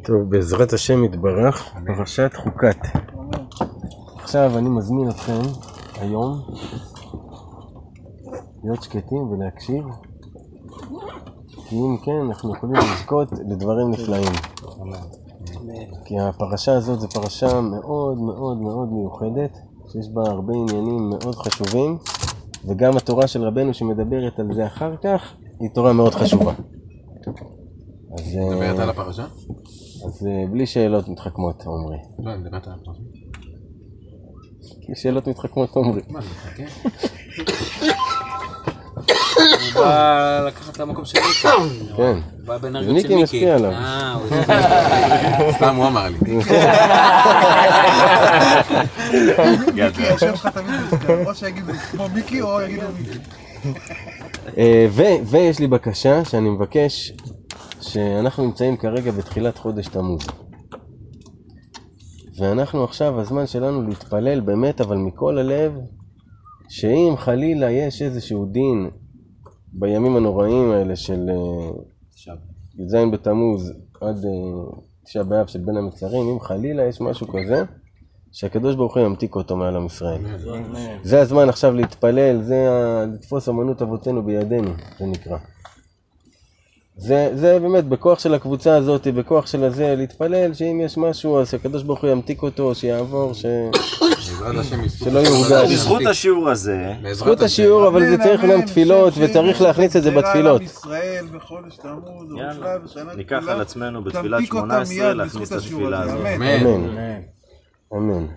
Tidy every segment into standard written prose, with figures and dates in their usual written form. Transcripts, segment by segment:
טוב, בעזרת השם יתברך, פרשת חוקת. עכשיו אני מזמין אתכם היום להיות שקטים ולהקשיב, כי אם כן אנחנו יכולים לזכות לדברים נפלאים. כי הפרשה הזאת זו פרשה מאוד מאוד מאוד מיוחדת, שיש בה הרבה עניינים מאוד חשובים, וגם התורה של רבנו שמדברת על זה אחר כך היא תורה מאוד חשובה. מדברת על הפרשה? אז בלי שאלות מתחכמות, עומרי. לא, מדברת על הפרשה. כי שאלות מתחכמות, עומרי. מה, אני מחכה? הוא בא לקחת את המקום של מיקי. כן. הוא בא באנרגיות של מיקי מיקי. משפיע עליו. סתם הוא אמר לי. מיקי יושב לך תמיד בזכר, או שיגידו כמו מיקי או יגידו מיקי. ויש לי בקשה שאני מבקש שאנחנו נמצאים כרגע בתחילת חודש תמוז. ואנחנו עכשיו, הזמן שלנו להתפלל באמת, אבל מכל הלב, שאם חלילה יש איזשהו דין בימים הנוראים האלה של י"ז בתמוז עד תשעה באב של בין המצרים, אם חלילה יש משהו כזה, שהקדוש ברוך הוא ימתיק אותו מעל עם ישראל. זה הזמן עכשיו להתפלל, זה לתפוס אמנות אבותינו בידינו, זה נקרא. זה באמת בכוח של הקבוצה הזאת, בכוח של הזה, להתפלל שאם יש משהו, אז הקדוש ברוך הוא ימתיק אותו, שיעבור, שלא יורגש. בזכות השיעור הזה. בזכות השיעור, אבל זה צריך גם תפילות, וצריך להכניס את זה בתפילות. ישראל בחודש תמוז, ניקח על עצמנו בתפילת 18 להכניס את התפילה הזאת. אמן. אמן.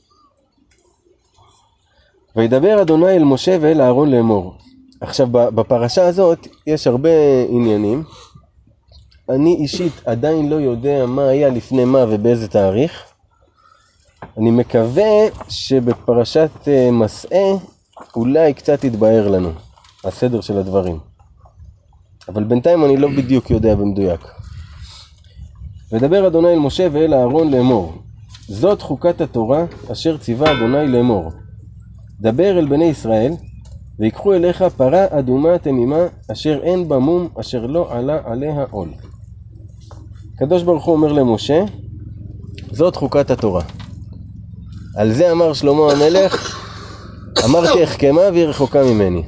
וידבר אדוני אל משה ואל אהרון לאמור. עכשיו בפרשה הזאת יש הרבה עניינים. אני אישית עדיין לא יודע מה היה לפני מה ובאיזה תאריך. אני מקווה שבפרשת מסעה אולי קצת יתבהר לנו הסדר של הדברים. אבל בינתיים אני לא בדיוק יודע במדויק. וידבר אדוני אל משה ואל אהרון לאמור. זאת חוקת התורה אשר ציווה אדוני לאמור. דבר אל בני ישראל ויקחו אליך פרה אדומה תמימה אשר אין בה מום אשר לא עלה עליה עול. הקדוש ברוך הוא אומר למשה, זאת חוקת התורה. על זה אמר שלמה המלך, אמרתי אחכמה והיא רחוקה ממני.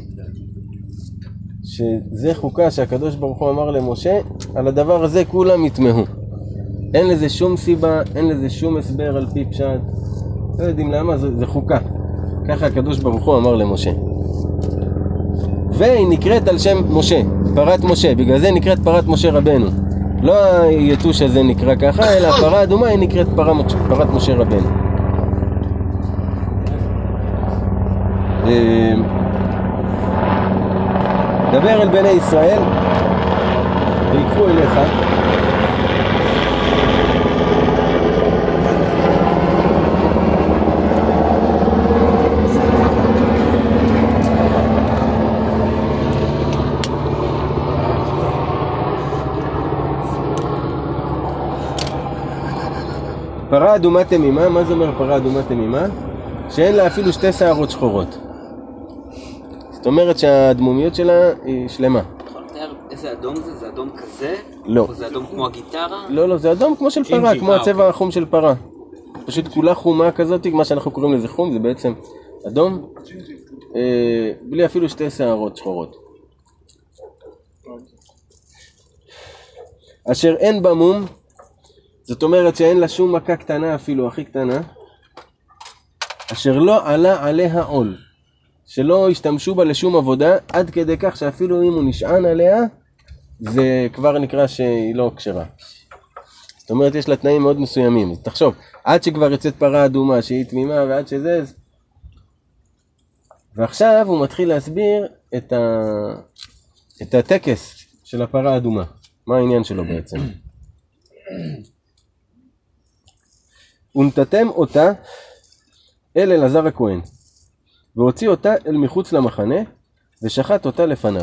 שזה חוקה שהקדוש ברוך הוא אמר למשה, על הדבר הזה כולם יתמהו. אין לזה שום סיבה, אין לזה שום הסבר על פי פשט. לא יודעים למה, זה חוקה. ככה הקדוש ברוך הוא אמר למשה. והיא נקראת על שם משה, פרת משה, בגלל זה נקראת פרת משה רבנו. לא היתוש הזה נקרא ככה, אלא פרה אדומה היא נקראת פרת משה רבנו. דבר אל בני ישראל ויקחו אליך פרה אדומה תמימה. מה זה אומר פרה אדומה תמימה? שאין לה אפילו שתי שערות שחורות. זאת אומרת שהדמומיות שלה היא שלמה. איזה אדום זה? זה אדום כזה? לא. או זה אדום כמו הגיטרה? לא, זה אדום כמו של פרה, כמו הצבע החום של פרה. פשוט כולה חומה כזאת, מה שאנחנו קוראים לזה חום, זה בעצם אדום, בלי אפילו שתי שערות שחורות. אשר אין בה מום, זאת אומרת שאין לה שום מכה קטנה אפילו, הכי קטנה, אשר לא עלה עליה עול, שלא השתמשו בה לשום עבודה, עד כדי כך שאפילו אם הוא נשען עליה, זה כבר נקרא שהיא לא כשרה. זאת אומרת, יש לה תנאים מאוד מסוימים. אז תחשוב, עד שכבר יוצאת פרה אדומה שהיא תמימה ועד שזה... ועכשיו הוא מתחיל להסביר את הטקס של הפרה אדומה. מה העניין שלו בעצם? ונתתם אותה אל אלעזר הכהן, והוציא אותה אל מחוץ למחנה, ושחט אותה לפניו.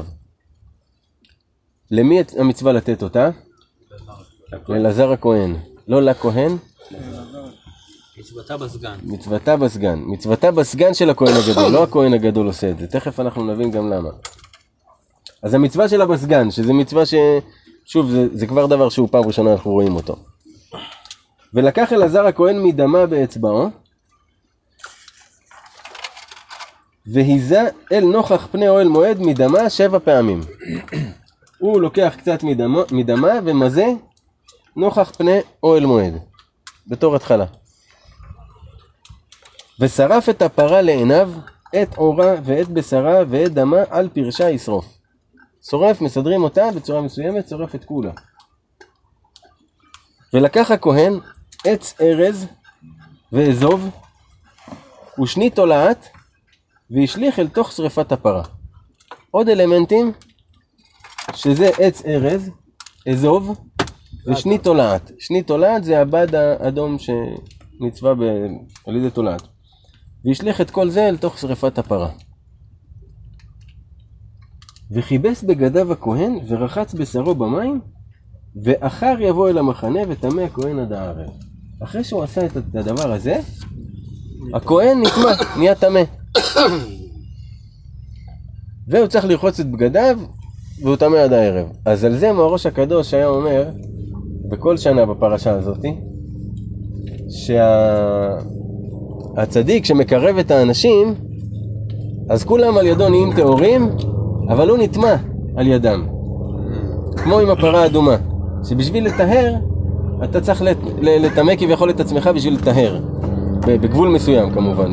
למי המצווה לתת אותה? לאלעזר הכהן. לא לכהן? מצוותה בסגן. מצוותה בסגן. מצוותה בסגן של הכהן הגדול, לא הכהן הגדול עושה את זה. תכף אנחנו נבין גם למה. אז המצווה שלה בסגן, שזה מצווה שוב, זה כבר דבר שהוא פעם ראשונה אנחנו רואים אותו. ולקח אלעזר הכהן מדמה באצבעו, והיזה אל נוכח פני אוהל מועד מדמה 7 פעמים. הוא לוקח קצת מדמה ומזה נוכח פני אוהל מועד, בתור התחלה. ושרף את הפרה לעיניו, את עורה ואת בשרה ואת דמה על פרשה ישרוף. שורף, מסדרים אותה בצורה מסוימת, שורף את כולה. ולקח הכהן עץ ארז ואזוב ושני תולעת והשליך אל תוך שריפת הפרה. עוד אלמנטים שזה עץ ארז, אזוב ושני תולעת. שני תולעת זה הבד האדום שנצבע על ידי תולעת. והשליך את כל זה אל תוך שריפת הפרה. וכיבס בגדיו הכהן ורחץ בשרו במים, ואחר יבוא אל המחנה וטמא הכהן עד הערב. אחרי שהוא עשה את הדבר הזה, הכהן נטמא, נהיה טמא. והוא צריך לרחוץ את בגדיו, והוא טמא עד הערב. אז על זה מהראש הקדוש היה אומר, בכל שנה בפרשה הזאת, שהצדיק שמקרב את האנשים, אז כולם על ידו נהיים טהורים, אבל הוא נטמא על ידם. כמו עם הפרה האדומה, שבשביל לטהר, אתה צריך לטמא כביכול את עצמך בשביל לטהר. בגבול מסוים כמובן,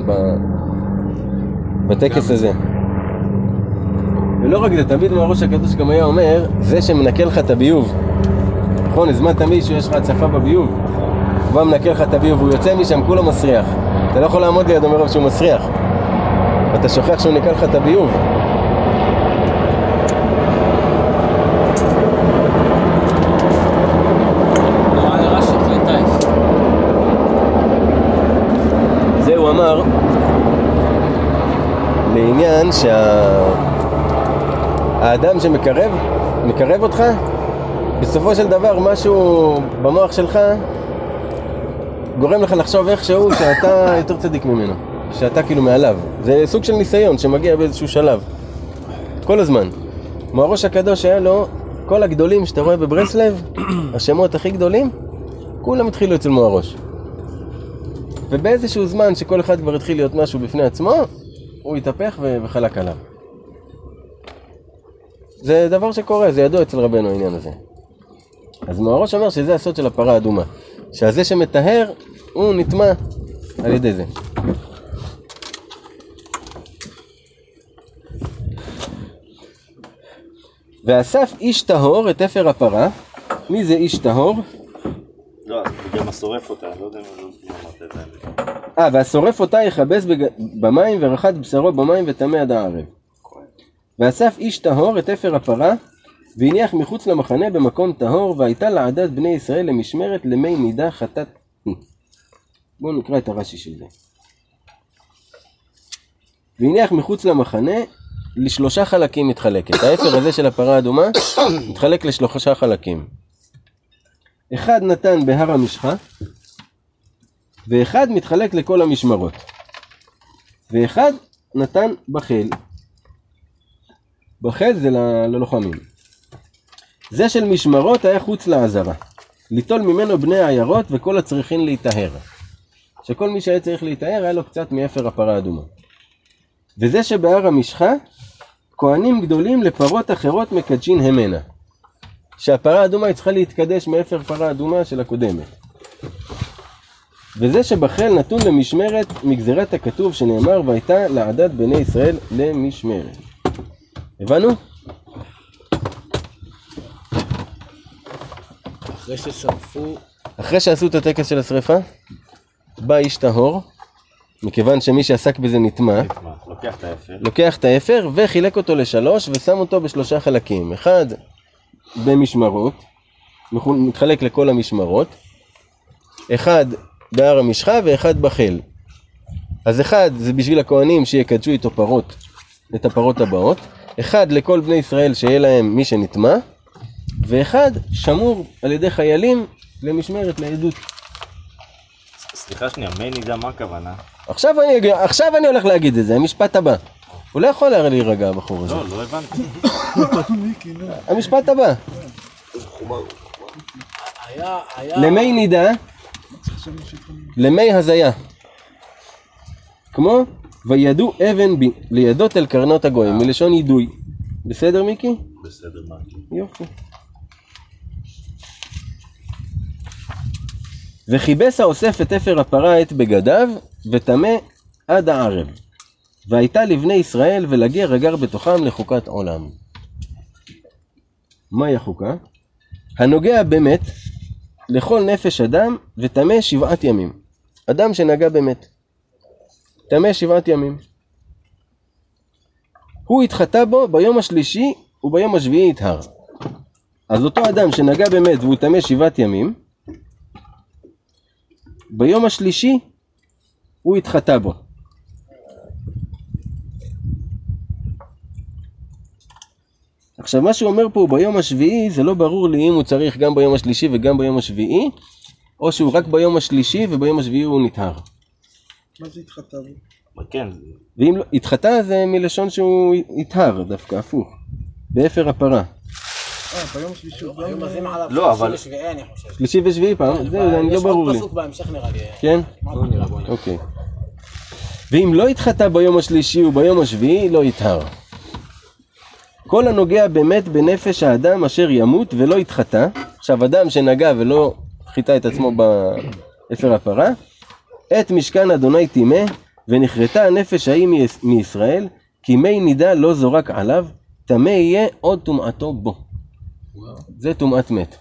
בטקס הזה. ולא רק זה, תמיד מהראש הקדוש גם היה אומר, זה שמנקה לך את הביוב. נכון, הזמנת מישהו, יש לך הצפה בביוב. הוא בא מנקה לך את הביוב, הוא יוצא משם, כולו מסריח. אתה לא יכול לעמוד ליד אומר שהוא מסריח. ואתה שוכח שהוא נקה לך את הביוב. זה הוא אמר לעניין שהאדם שמקרב אותך, בסופו של דבר משהו במוח שלך גורם לך לחשוב איכשהו שאתה יותר צדיק ממנו, שאתה כאילו מעליו. זה סוג של ניסיון שמגיע באיזשהו שלב כל הזמן. מהראש הקדוש היה לו, כל הגדולים שאתה רואה בברסלב, השמות הכי גדולים, כולם התחילו אצל מהראש. ובאיזשהו זמן שכל אחד כבר התחיל להיות משהו בפני עצמו, הוא התהפך וחלק עליו. זה דבר שקורה, זה ידוע אצל רבנו העניין הזה. אז מהראש אומר שזה הסוד של הפרה האדומה, שהזה שמטהר הוא נטמא על ידי זה. ואסף איש טהור את אפר הפרה. מי זה איש טהור? לא, גם השורף אותה, אני לא יודע אם לא אמרת את זה. והשורף אותה יכבס במים ורחץ בשרו במים וטמא עד הערב. ואסף איש טהור את אפר הפרה והניח מחוץ למחנה במקום טהור, והייתה לעדת בני ישראל למשמרת למי נידה חטאת היא. בואו נקרא את הרש"י של זה. והניח מחוץ למחנה לשלושה חלקים מתחלקת. האפר הזה של הפרה האדומה מתחלק לשלושה חלקים. אחד נתן בהר המשחה, ואחד מתחלק לכל המשמרות, ואחד נתן בחיל. בחיל זה ללוחמים. זה של משמרות היה חוץ לעזרה, ליטול ממנו בני העיירות וכל הצריכים להיטהר. שכל מי שהיה צריך להיטהר היה לו קצת מאפר הפרה האדומה. וזה שבהר המשחה, כהנים גדולים לפרות אחרות מקדשין המנה. שהפרה האדומה היא צריכה להתקדש מאפר פרה אדומה של הקודמת. וזה שבחיל נתון למשמרת מגזרת הכתוב שנאמר, והייתה לעדת בני ישראל למשמרת. הבנו? אחרי שעשו את הטקס של השריפה, בא איש טהור, מכיוון שמי שעסק בזה נטמא, לוקח את האפר וחילק אותו לשלוש ושם אותו בשלושה חלקים. אחד במשמרות, מתחלק לכל המשמרות, אחד בהר המשחה ואחד בחיל. אז אחד זה בשביל הכהנים שיקדשו איתו פרות, את הפרות הבאות, אחד לכל בני ישראל שיהיה להם מי שנטמא, ואחד שמור על ידי חיילים למשמרת לעדות. סליחה שנייה, מי נידה מה הכוונה? עכשיו אני הולך להגיד את זה, המשפט הבא. הוא לא יכול להירגע הבחור הזה. לא הבנתי. המשפט הבא. למי נידה, למי הזיה. כמו וידעו אבן בי, לידות אל קרנות הגויים, מלשון יידוי. בסדר מיקי? בסדר, מיקי. יופי. וכיבס האוסף את אפר הפרה את בגדיו, וטמא עד הערב. והייתה לבני ישראל ולגר הגר בתוכם לחוקת עולם. מהי החוקה? הנוגע במת לכל נפש אדם וטמא 7 ימים. אדם שנגע במת. טמא 7 ימים. הוא התחטא בו ביום השלישי וביום השביעי יטהר. אז אותו אדם שנגע במת והוא טמא 7 ימים, ביום השלישי הוא התחטא בו. עכשיו מה שהוא אומר פה ביום השביעי, זה לא ברור לי אם הוא צריך גם ביום השלישי וגם ביום השביעי, או שהוא רק ביום השלישי וביום השביעי הוא נטהר. מה זה התחטא בו? כן. ואם לא, התחטא זה מלשון שהוא יטהר, דווקא הפוך. באפר הפרה. ביום השלישי הוא היו גם... מזים עליו לא, אבל- שלישי ושביעי אני חושב. שלישי ושביעי פעם? זה לא ברור לי. יש עוד פסוק בהמשך נראה לי. כן? בוא נראה, בוא נראה. אוקיי. ואם לא התחטא ביום השלישי וביום השביעי, לא יטהר. כל הנוגע באמת בנפש האדם אשר ימות ולא התחטא, עכשיו אדם שנגע ולא חיטא את עצמו באפר הפרה, את משכן אדוני טימא, ונחרטה הנפש ההיא מישראל, כי מי נידה לא זורק עליו, טמא יהיה עוד טומאתו בו. זה טומאת מת.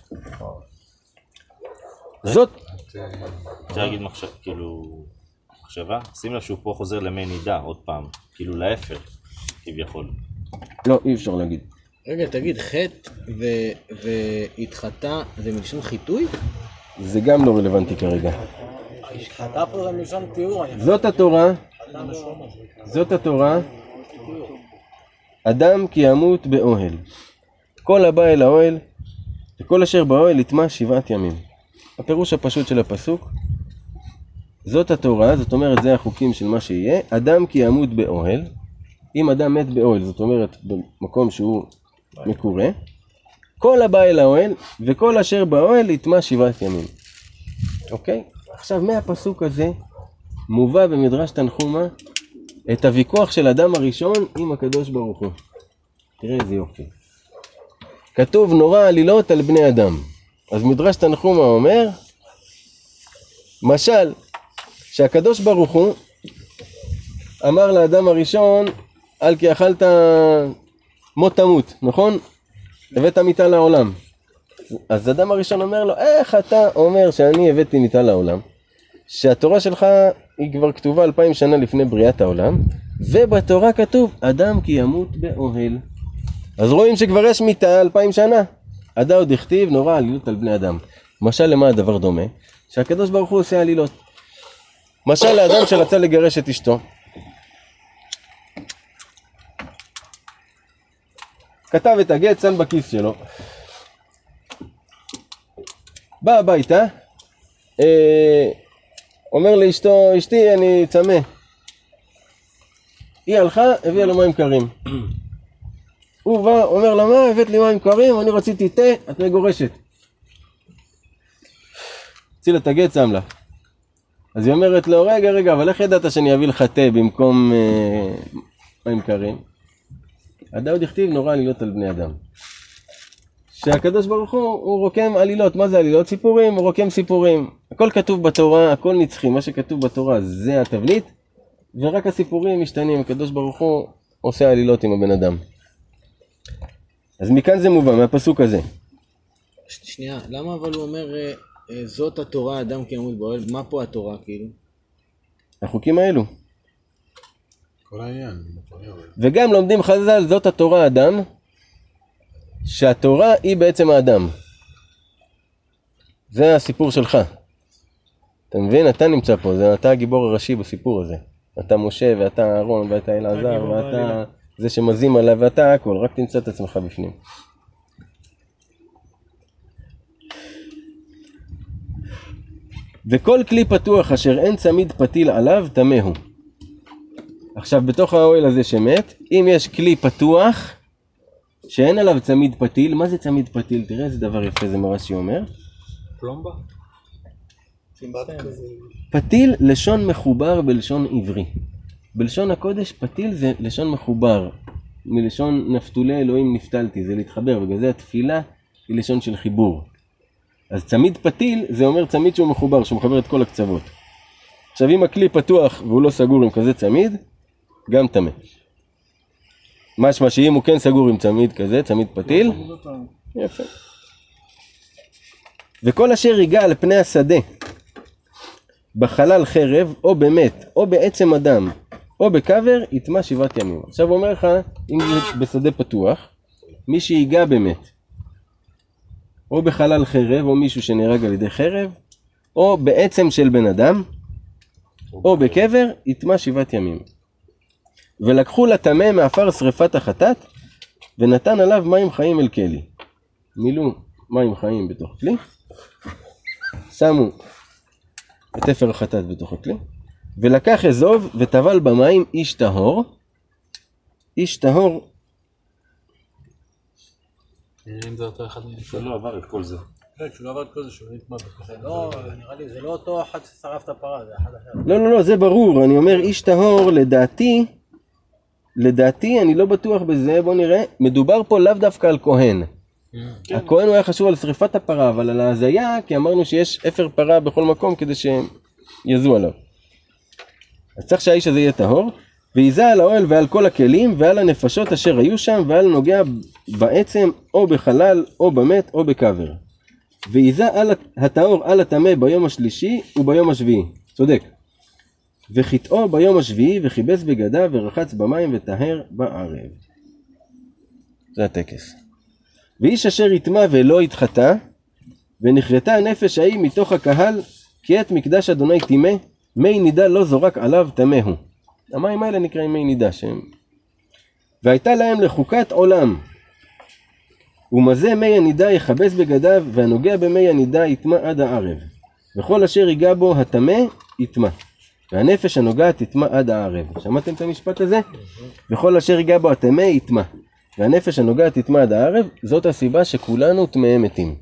זאת, רוצה להגיד מחשבה? שים לב שהוא פה חוזר למי נידה עוד פעם, כאילו לאפר, כביכול. לא, אי אפשר להגיד. רגע, תגיד, חטא והתחטא זה מלשון חיטוי? זה גם לא רלוונטי כרגע. התחטא פה זה מלשון תיאור. זאת התורה, אדם כי ימות באוהל. כל הבא אל האוהל, וכל אשר באוהל יטמא 7 ימים. הפירוש הפשוט של הפסוק, זאת התורה, זאת אומרת זה החוקים של מה שיהיה, אדם כי ימות באוהל. אם אדם מת באוהל, זאת אומרת במקום שהוא מקורה, כל הבא אל האוהל, וכל אשר באוהל יטמא 7 ימים. אוקיי? עכשיו מהפסוק הזה מובא במדרש תנחומא את הוויכוח של אדם הראשון עם הקדוש ברוך הוא. תראה איזה יופי. כתוב נורא עלילות על בני אדם. אז מדרש תנחומא אומר, משל, שהקדוש ברוך הוא אמר לאדם הראשון, על כי אכלת מות תמות, נכון? הבאת מיתה לעולם. אז אדם הראשון אומר לו, איך אתה אומר שאני הבאתי מיתה לעולם? שהתורה שלך היא כבר כתובה 2000 שנה לפני בריאת העולם, ובתורה כתוב, אדם כי ימות באוהל. אז רואים שכבר יש מיתה 2000 שנה. עדה עוד הכתיב נורא עלילות על בני אדם. משל למה הדבר דומה? שהקדוש ברוך הוא עושה עלילות. משל לאדם שרצה לגרש את אשתו. כתב את הגט, שם בכיס שלו. בא הביתה, אומר לאשתו, אשתי אני צמא. היא הלכה, הביאה לו מים קרים. הוא בא, אומר לה, מה הבאת לי מים קרים? אני רציתי תה, את מגורשת. הציל את הגט, שם לה. אז היא אומרת לו, רגע, אבל איך ידעת שאני אביא לך תה במקום מים קרים? עדה עוד הכתיב נורא עלילות על בני אדם. שהקדוש ברוך הוא רוקם עלילות. מה זה עלילות? סיפורים, הוא רוקם סיפורים. הכל כתוב בתורה, הכל נצחי. מה שכתוב בתורה זה התבנית, ורק הסיפורים משתנים. הקדוש ברוך הוא עושה עלילות עם הבן אדם. אז מכאן זה מובן, מהפסוק הזה. שנייה, למה אבל הוא אומר, זאת התורה אדם כי ימות באוהל? מה פה התורה כאילו? החוקים האלו. כל העניין. וגם לומדים חז"ל, זאת התורה אדם, שהתורה היא בעצם האדם. זה הסיפור שלך. אתה מבין? אתה נמצא פה, אתה הגיבור הראשי בסיפור הזה. אתה משה ואתה אהרון ואתה אלעזר ואתה זה שמזים עליו ואתה הכל, רק תמצא את עצמך בפנים. וכל כלי פתוח אשר אין צמיד פתיל עליו, טמא הוא. עכשיו בתוך האוהל הזה שמת, אם יש כלי פתוח שאין עליו צמיד פתיל, מה זה צמיד פתיל? תראה איזה דבר יפה זה מה רש"י אומר. פלומבה? פתיל לשון מחובר בלשון עברי. בלשון הקודש פתיל זה לשון מחובר. מלשון נפתולי אלוהים נפתלתי, זה להתחבר, בגלל זה התפילה היא לשון של חיבור. אז צמיד פתיל זה אומר צמיד שהוא מחובר, שהוא מחבר את כל הקצוות. עכשיו אם הכלי פתוח והוא לא סגור עם כזה צמיד, גם טמא. משמע שאם הוא כן סגור עם צמיד כזה, צמיד פתיל, יפה. וכל אשר ייגע על פני השדה, בחלל חרב, או במת, או בעצם אדם, או בקבר, יטמע 7 ימים. עכשיו הוא אומר לך, אם זה בשדה פתוח, מי שיגע באמת, או בחלל חרב, או מישהו שנהרג על ידי חרב, או בעצם של בן אדם, או בקבר, יטמע 7 ימים. ולקחו לטמא מעפר שריפת החטאת, ונתן עליו מים חיים אל כלי. מילאו מים חיים בתוך כלי, שמו את אפר החטאת בתוך הכלי, ולקח אזוב וטבל במים איש טהור. איש טהור אם זה אותו אחד שלא עבר את כל זה. כן, כשהוא לא עבר את כל זה שהוא נטמע בכוחו. לא, נראה לי, זה לא אותו אחד ששרף את הפרה, זה אחד אחר. לא, זה ברור. אני אומר איש טהור, לדעתי, אני לא בטוח בזה, בוא נראה. מדובר פה לאו דווקא על כהן. הכהן הוא היה חשוב על שריפת הפרה, אבל על ההזיה, כי אמרנו שיש אפר פרה בכל מקום כדי שיזו עליו. אז צריך שהאיש הזה יהיה טהור, ויזע על האוהל ועל כל הכלים, ועל הנפשות אשר היו שם, ועל נוגע בעצם, או בחלל, או במת, או בקבר. ויזע על הטהור על הטמא ביום השלישי וביום השביעי. צודק. וחיטאו ביום השביעי, וכיבס בגדיו, ורחץ במים, וטהר בערב. זה הטקס. ואיש אשר יטמע ולא יתחטא, ונכרתה הנפש ההיא מתוך הקהל, כי את מקדש אדוני טימא, מי נידה לא זורק עליו טמא הוא. המים האלה נקראים מי נידה שהם. והייתה להם לחוקת עולם. ומזה מי הנידה יכבס בגדיו, והנוגע במי הנידה יטמע עד הערב. וכל אשר ייגע בו הטמא יטמע. והנפש הנוגעת יטמע עד הערב. שמעתם את המשפט הזה? וכל אשר ייגע בו הטמא יטמע. והנפש הנוגעת יטמע עד הערב. זאת הסיבה שכולנו טמאי מתים.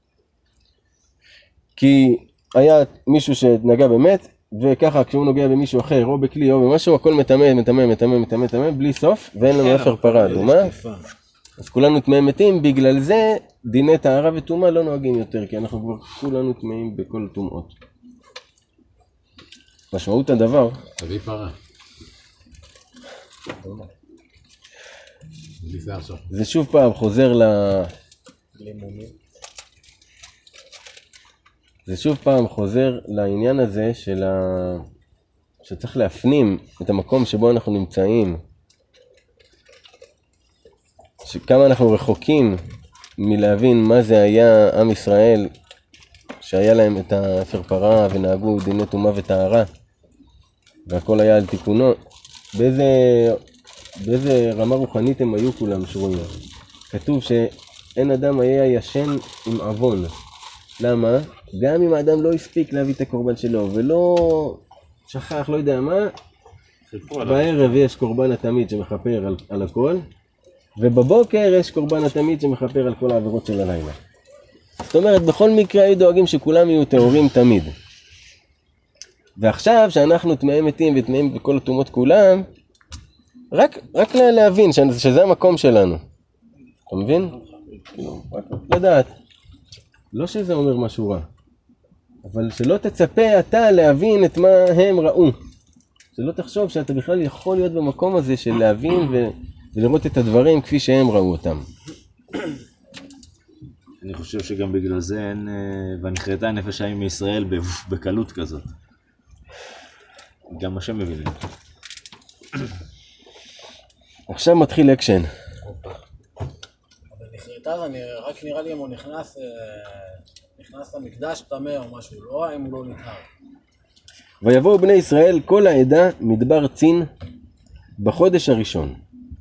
כי היה מישהו שנגע באמת, וככה כשהוא נוגע במישהו אחר, או בכלי או במשהו, הכל מטמא, בלי סוף, ואין לנו אפר פרה אדומה. אז כולנו טמאי מתים, בגלל זה דיני טהרה וטומאה לא נוהגים יותר, כי אנחנו כבר כולנו טמאים בכל טומאות. משמעות הדבר, תביא פרה. זה שוב פעם חוזר זה שוב פעם חוזר לעניין הזה שצריך להפנים את המקום שבו אנחנו נמצאים, שכמה אנחנו רחוקים מלהבין מה זה היה עם ישראל שהיה להם את האפר פרה ונהגו דיני טומאה וטהרה והכל היה על תיקונו. באיזה רמה רוחנית הם היו כולם שרויים. כתוב שאין אדם היה ישן עם עוון. למה? גם אם האדם לא הספיק להביא את הקורבן שלו ולא שכח, לא יודע מה, בערב יש קורבן התמיד שמחפר על הכל, ובבוקר יש קורבן התמיד שמחפר על כל העבירות של הלילה. זאת אומרת, בכל מקרה היו דואגים שכולם יהיו טהורים תמיד. ועכשיו שאנחנו טמאי מתים וטמאים בכל הטומאות כולם, רק להבין שזה המקום שלנו. אתה מבין? רק לדעת. לא שזה אומר משהו רע, אבל שלא תצפה אתה להבין את מה הם ראו. שלא תחשוב שאתה בכלל יכול להיות במקום הזה של להבין ולראות את הדברים כפי שהם ראו אותם. אני חושב שגם בגלל זה אין, ונכרתה הנפש ההיא מישראל בקלות כזאת. גם השם מבינים. עכשיו מתחיל אקשן. אבל נחרטה זה רק נראה לי אם הוא נכנס למקדש טמא או משהו, לא אם הוא לא נטהר. ויבואו בני ישראל כל העדה מדבר צין בחודש הראשון.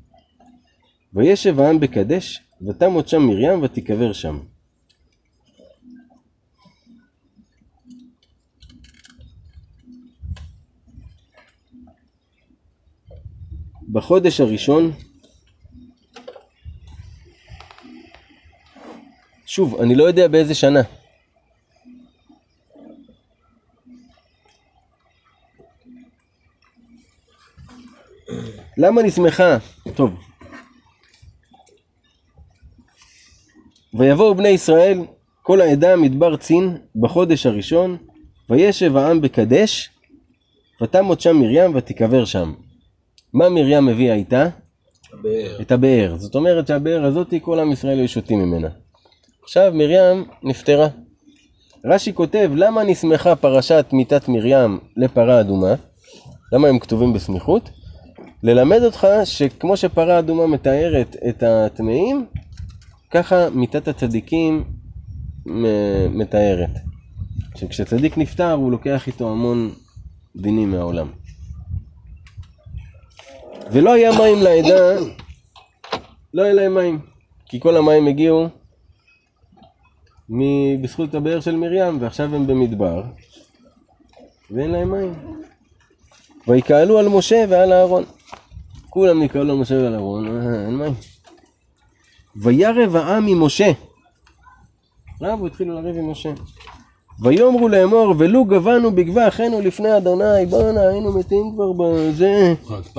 וישב העם בקדש ותמות שם מרים ותיקבר שם. בחודש הראשון, שוב, אני לא יודע באיזה שנה. למה נשמחה? טוב. ויבואו בני ישראל, כל העדה מדבר צין, בחודש הראשון, וישב העם בקדש, ותמות שם מרים ותיקבר שם. מה מרים הביאה איתה? את הבאר. זאת אומרת שהבאר הזאת כל עם ישראל היו שותים ממנה. עכשיו מרים נפטרה. רש"י כותב, למה נשמחה פרשת מיתת מרים לפרה אדומה? למה הם כתובים בסמיכות? ללמד אותך שכמו שפרה אדומה מתארת את הטמאים, ככה מיתת הצדיקים מתארת. שכשצדיק נפטר הוא לוקח איתו המון דינים מהעולם. ולא היה מים לעדה, לא היה להם מים, כי כל המים הגיעו בזכות הבאר של מרים, ועכשיו הם במדבר, ואין להם מים. ויקהלו על משה ועל אהרון. כולם נקהלו על משה ועל אהרון, אין מים. וירב העם ממשה. רבו התחילו לריב עם משה. ויאמרו לאמור, ולו גבנו בגבה אחינו לפני אדוני, בואנה היינו מתים כבר בזה.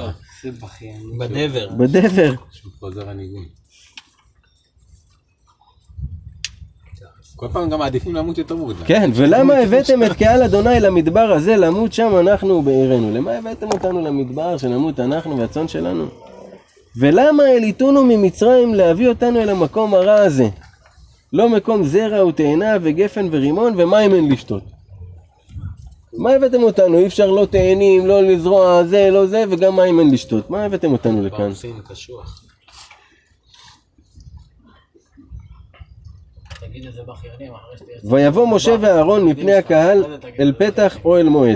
בדבר. בדבר. חוזר הניגון. כל פעם גם מעדיפים למות יותר מוקדם. כן, ולמה הבאתם את קהל אדוני למדבר הזה, למות שם אנחנו ובעירנו? למה הבאתם אותנו למדבר, שנמות אנחנו והצאן שלנו? ולמה העליתונו ממצרים להביא אותנו אל המקום הרע הזה? לא מקום זרע ותאנה וגפן ורימון ומים אין לשתות. מה הבאתם אותנו? אי אפשר לא תאנים, לא לזרוע זה, לא זה, וגם מים אין לשתות. מה הבאתם אותנו לכאן? עושים קשוח. תגיד את זה בחיינים אחרי שתהיה... ויבוא משה ואהרון מפני הקהל אל פתח אוהל מועד.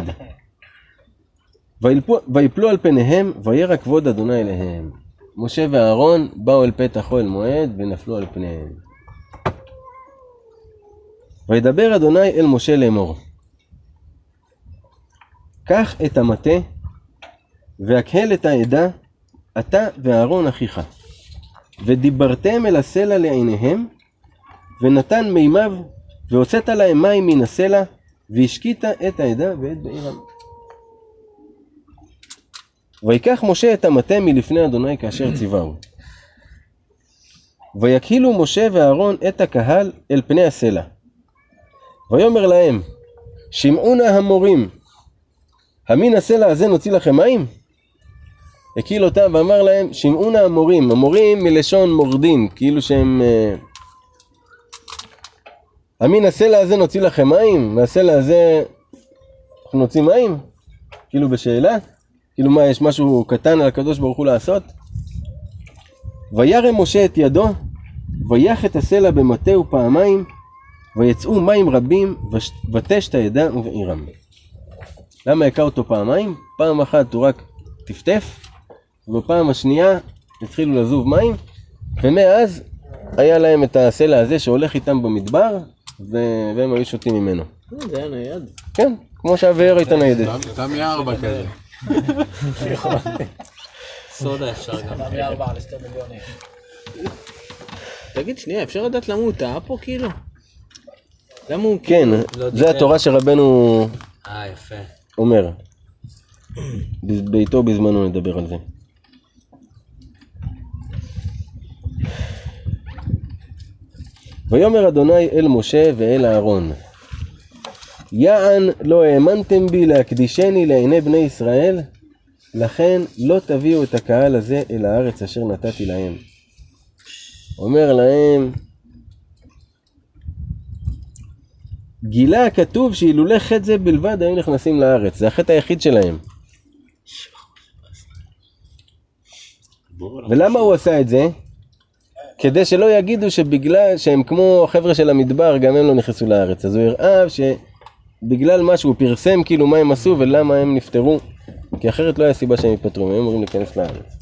ויפלו על פניהם וירא כבוד אדוני אליהם. משה ואהרון באו אל פתח אוהל מועד ונפלו על פניהם. וידבר אדוני אל משה לאמור. קח את המטה והקהל את העדה, אתה ואהרון אחיך. ודיברתם אל הסלע לעיניהם, ונתן מימיו, והוצאת להם מים מן הסלע, והשקית את העדה ואת בעירם. ויקח משה את המטה מלפני אדוני כאשר ציווהו. ויקהילו משה ואהרון את הקהל אל פני הסלע. ויאמר להם, שמעו נא המורים, המן הסלע הזה נוציא לכם מים? הקהיל אותם ואמר להם, שמעו נא המורים, המורים מלשון מורדין, כאילו שהם... המן הסלע הזה נוציא לכם מים? מהסלע הזה אנחנו נוציא מים? כאילו בשאלה? כאילו מה, יש משהו קטן על הקדוש ברוך הוא לעשות? וירם משה את ידו, ויח את הסלע במטהו פעמיים, ויצאו מים רבים, ותשת העדה ובעירם. למה הכה אותו פעמיים? פעם אחת הוא רק טפטף, ובפעם השנייה התחילו לזוב מים, ומאז היה להם את הסלע הזה שהולך איתם במדבר, והם היו שותים ממנו. זה היה נייד. כן, כמו שהבאר הייתה ניידת. תמי 4 כזה. סודה אפשר גם. תמי 4 על 2 מיליונים. תגיד שנייה, אפשר לדעת למה הוא טעה פה כאילו? למה הוא... כן, זה התורה שרבנו יפה. אומר. ביתו בזמנו נדבר על זה. ויאמר אדוני אל משה ואל אהרון, יען לא האמנתם בי להקדישני לעיני בני ישראל, לכן לא תביאו את הקהל הזה אל הארץ אשר נתתי להם. אומר להם, גילה הכתוב שאילולא חטא זה בלבד היו נכנסים לארץ, זה החטא היחיד שלהם. ולמה הוא עשה את זה? כדי שלא יגידו שבגלל שהם כמו החבר'ה של המדבר גם הם לא נכנסו לארץ. אז הוא הראה שבגלל מה שהוא פרסם כאילו מה הם עשו ולמה הם נפטרו, כי אחרת לא היה סיבה שהם יפטרו, הם אמורים להיכנס לארץ.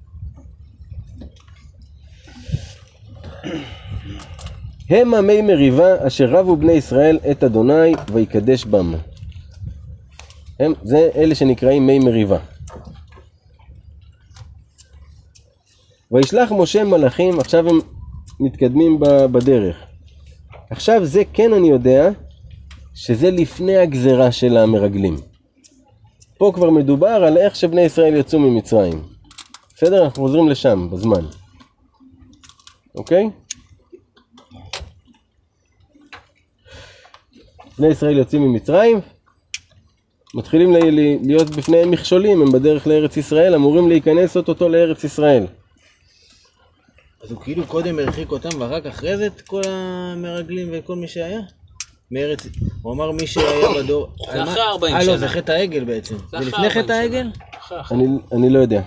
הם מי מריבה אשר רבו בני ישראל את אדוני ויקדש בם. זה אלה שנקראים מי מריבה. וישלח משה מלאכים, עכשיו הם מתקדמים בדרך. עכשיו זה כן אני יודע שזה לפני הגזרה של המרגלים. פה כבר מדובר על איך שבני ישראל יצאו ממצרים. בסדר? אנחנו חוזרים לשם בזמן. אוקיי? בני ישראל יוצאים ממצרים, מתחילים להיות בפניהם מכשולים, הם בדרך לארץ ישראל, אמורים להיכנס אותו לארץ ישראל. אז הוא כאילו קודם הרחיק אותם ורק אחרי זה את כל המרגלים וכל מי שהיה? מארץ, הוא אמר מי שהיה בדור... זה אחרי 40 שנה. לא, זה חטא העגל בעצם. זה לפני חטא העגל? אני לא יודע.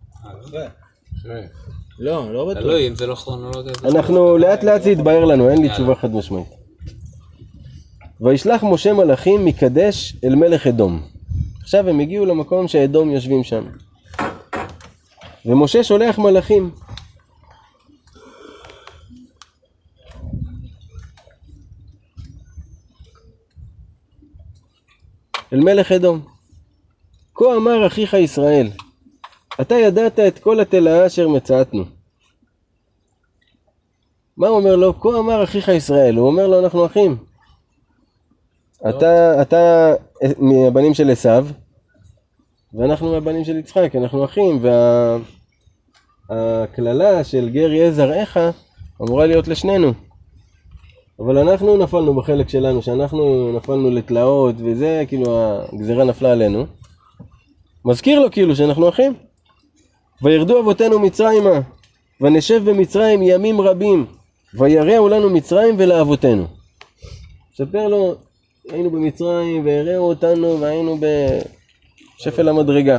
לא בטוח. תלוי אם זה לא כרונולוגיה. אנחנו לאט לאט זה יתבהר לנו, אין לי תשובה חד משמעית. וישלח משה מלאכים מקדש אל מלך אדום. עכשיו הם הגיעו למקום שאדום יושבים שם. ומשה שולח מלאכים. אל מלך אדום. כה אמר אחיך ישראל, אתה ידעת את כל התלאה אשר מצאתנו. מה הוא אומר לו? כה אמר אחיך ישראל, הוא אומר לו אנחנו אחים. אתה מהבנים של עשיו, ואנחנו מהבנים של יצחק, אנחנו אחים, והכללה של גר יהיה זרעך אמורה להיות לשנינו. אבל אנחנו נפלנו בחלק שלנו, שאנחנו נפלנו לתלאות וזה, כאילו הגזירה נפלה עלינו. מזכיר לו כאילו שאנחנו אחים. וירדו אבותינו מצרימה, ונשב במצרים ימים רבים, ויראו לנו מצרים ולאבותינו. ספר לו, היינו במצרים והראו אותנו והיינו בשפל המדרגה.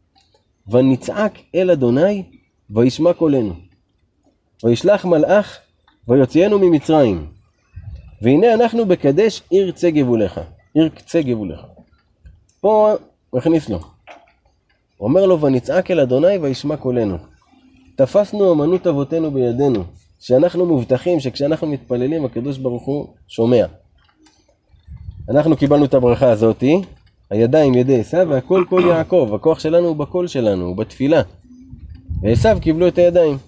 ונצעק אל אדוני וישמע קולנו. וישלח מלאך ויוציאנו ממצרים. והנה אנחנו בקדש עיר קצה גבולך. עיר קצה גבולך. פה הוא הכניס לו. הוא אומר לו ונצעק אל אדוני וישמע קולנו. תפסנו אמנות אבותינו בידינו. שאנחנו מובטחים שכשאנחנו מתפללים הקדוש ברוך הוא שומע. אנחנו קיבלנו את הברכה הזאת, הידיים ידי עשיו והכל כל יעקב, הכוח שלנו הוא בקול שלנו, הוא בתפילה. ועשיו קיבלו את הידיים.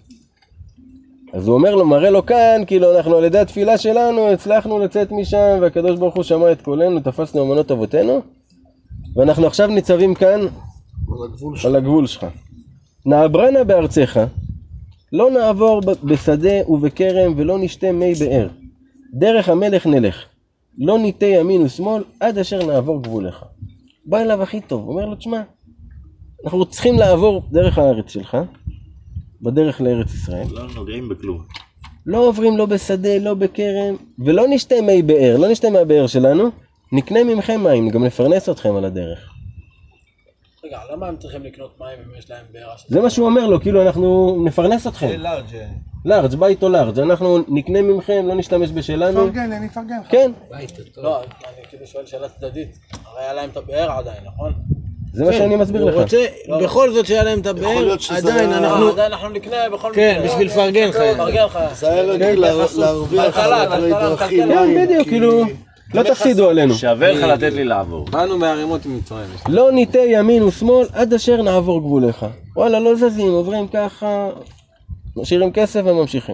אז הוא אומר לו, מראה לו כאן, כאילו אנחנו על ידי התפילה שלנו הצלחנו לצאת משם והקדוש ברוך הוא שמע את קולנו, תפסנו אמנות אבותינו, ואנחנו עכשיו ניצבים כאן על הגבול שלך. נעברנה בארצך, לא נעבור בשדה ובכרם ולא נשתה מי באר. דרך המלך נלך. לא ניטה ימין ושמאל עד אשר נעבור גבולך. בא אליו הכי טוב, אומר לו, תשמע, אנחנו צריכים לעבור דרך הארץ שלך, בדרך לארץ ישראל. לא נוגעים בכלום. לא עוברים לא בשדה, לא בכרם, ולא נשתה מי באר, לא נשתה מהבאר שלנו, נקנה ממכם מים, גם נפרנס אתכם על הדרך. רגע, למה הם צריכים לקנות מים אם יש להם באר? זה מה שהוא אומר לו, כאילו אנחנו נפרנס אתכם. זה לארג'. לארג', בית או לארג', אנחנו נקנה ממכם, לא נשתמש בשלנו. פרגן, אני אפרגן לך. כן, לא, אני כאילו שואל שאלה צדדית. הרי היה להם את הבאר עדיין, נכון? זה מה שאני מסביר הוא לך. רוצה, בכל זאת שהיה להם את הבאר, עדיין אנחנו נקנה בכל כן, בשביל לפרגן לך. פרגן לך. זה היה רגיל להרוויח אחרי דרכים. כן, בדיוק, כאילו, לא תפסידו עלינו. שווה לך לתת לי לעבור. באנו מהרימות עם מצרים. לא ניטה ימין ושמאל עד אשר נעבור גבולך. וואלה, לא זזים, עוברים ככה, משאירים כסף וממשיכים.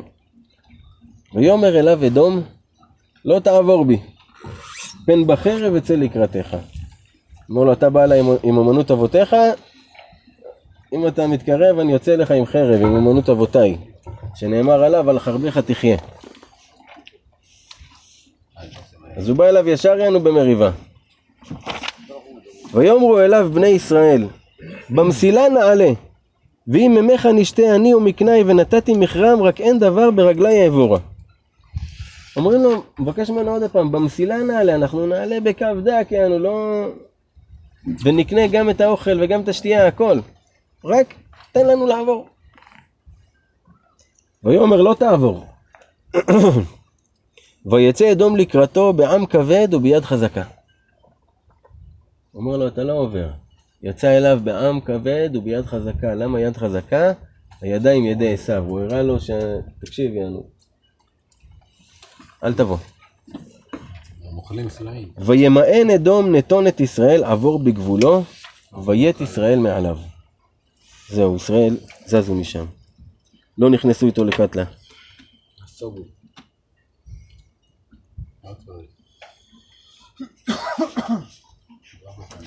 ויאמר אליו אדום, לא תעבור בי, פן בחרב אצא לקראתך. אומר לו, אתה בא אליי עם אמנות אבותיך, אם אתה מתקרב אני יוצא לך עם חרב, עם אמנות אבותיי, שנאמר עליו, על חרבך תחיה. אז הוא בא אליו ישר יענו במריבה. ויאמרו אליו בני ישראל, במסילה נעלה, ואם ממך נשתה אני ומקנאי ונתתי מכרם, רק אין דבר ברגלי העבורה. אומרים לו, מבקש ממנו עוד פעם, במסילה נעלה, אנחנו נעלה בקו דק, יענו לא... ונקנה גם את האוכל וגם את השתייה, הכל. רק תן לנו לעבור. ויאמר לא תעבור. ויצא אדום לקראתו בעם כבד וביד חזקה. אומר לו, אתה לא עובר. יצא אליו בעם כבד וביד חזקה. למה יד חזקה? הידיים ידי עשיו. הוא הראה לו תקשיב יענו. אל תבוא. מוכלים סלעים. וימאן אדום נתון את ישראל עבור בגבולו, ויית ישראל מעליו. זהו, ישראל זזו משם. לא נכנסו איתו לקטלה. סוגו.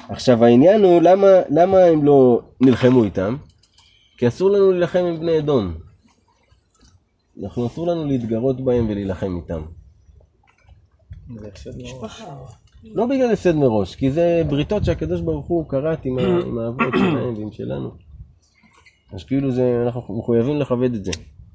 עכשיו העניין הוא למה הם לא נלחמו איתם? כי אסור לנו להילחם עם בני אדום. אסור לנו להתגרות בהם ולהילחם איתם. לא בגלל הפסד מראש, כי זה בריתות שהקדוש ברוך הוא קראת עם האבות שלהם ועם שלנו. אז כאילו אנחנו מחויבים לכבד את זה.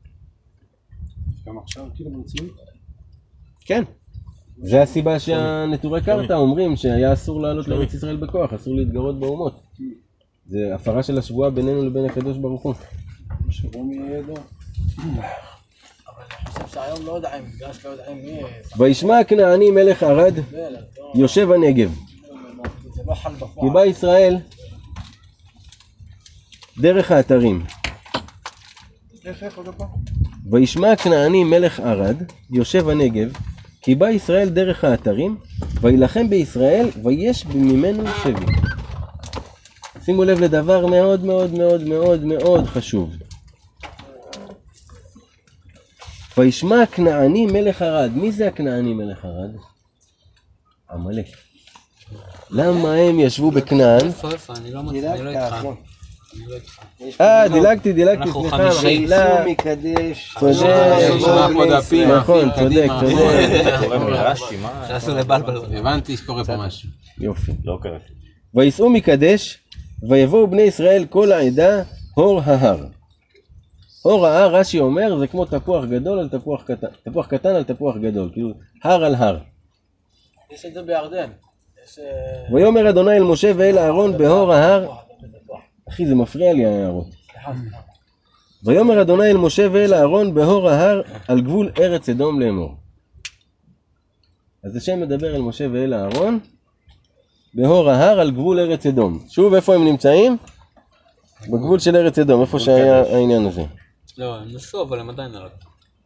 גם עכשיו כאילו במציאות? כן. זה הסיבה שהנטורי קרתא אומרים שהיה אסור לעלות לארץ ישראל בכוח, אסור להתגרות באומות. זה הפרה של השבועה בינינו לבין הקדוש ברוך הוא. שבוע מי ידע? אבל אני חושב שהיום לא יודעים, בגלל שלא יודעים מי... וישמע הכנעני מלך ערד יושב הנגב. זה לא חל כי בפועל. בא ישראל דרך האתרים. איך עוד פעם? וישמע הכנעני מלך ערד יושב הנגב, כי בא ישראל דרך האתרים, וילחם בישראל, ויש ממנו שבי. שימו לב לדבר מאוד מאוד מאוד מאוד מאוד חשוב. וישמע הכנעני מלך ערד. מי זה הכנעני מלך ערד? עמלק. למה הם ישבו בכנען? איפה? אני לא איתך. דילגתי, אנחנו סליחה, 50. מחילה. מקדש. צודק, נכון, צודק. קורא מרש"י, מה? שעשו לבלבל. הבנתי שקורה פה משהו. יופי. לא קרה. ויסעו מקדש, ויבואו בני ישראל כל העדה הור ההר. הור ההר, רש"י אומר, זה כמו תפוח גדול על תפוח קטן. תפוח קטן על תפוח גדול, כאילו הר על הר. יש את זה בירדן. יש... ויאמר אדוני אל משה ואל אהרון בהור ההר. אחי, זה מפריע לי ההערות. ויאמר אדוני אל משה ואל אהרון בהור ההר על גבול ארץ אדום לאמור. אז השם מדבר אל משה ואל אהרון בהור ההר על גבול ארץ אדום. שוב, איפה הם נמצאים? בגבול של ארץ אדום, איפה שהיה העניין הזה. לא, הם נסו, אבל הם עדיין עליו.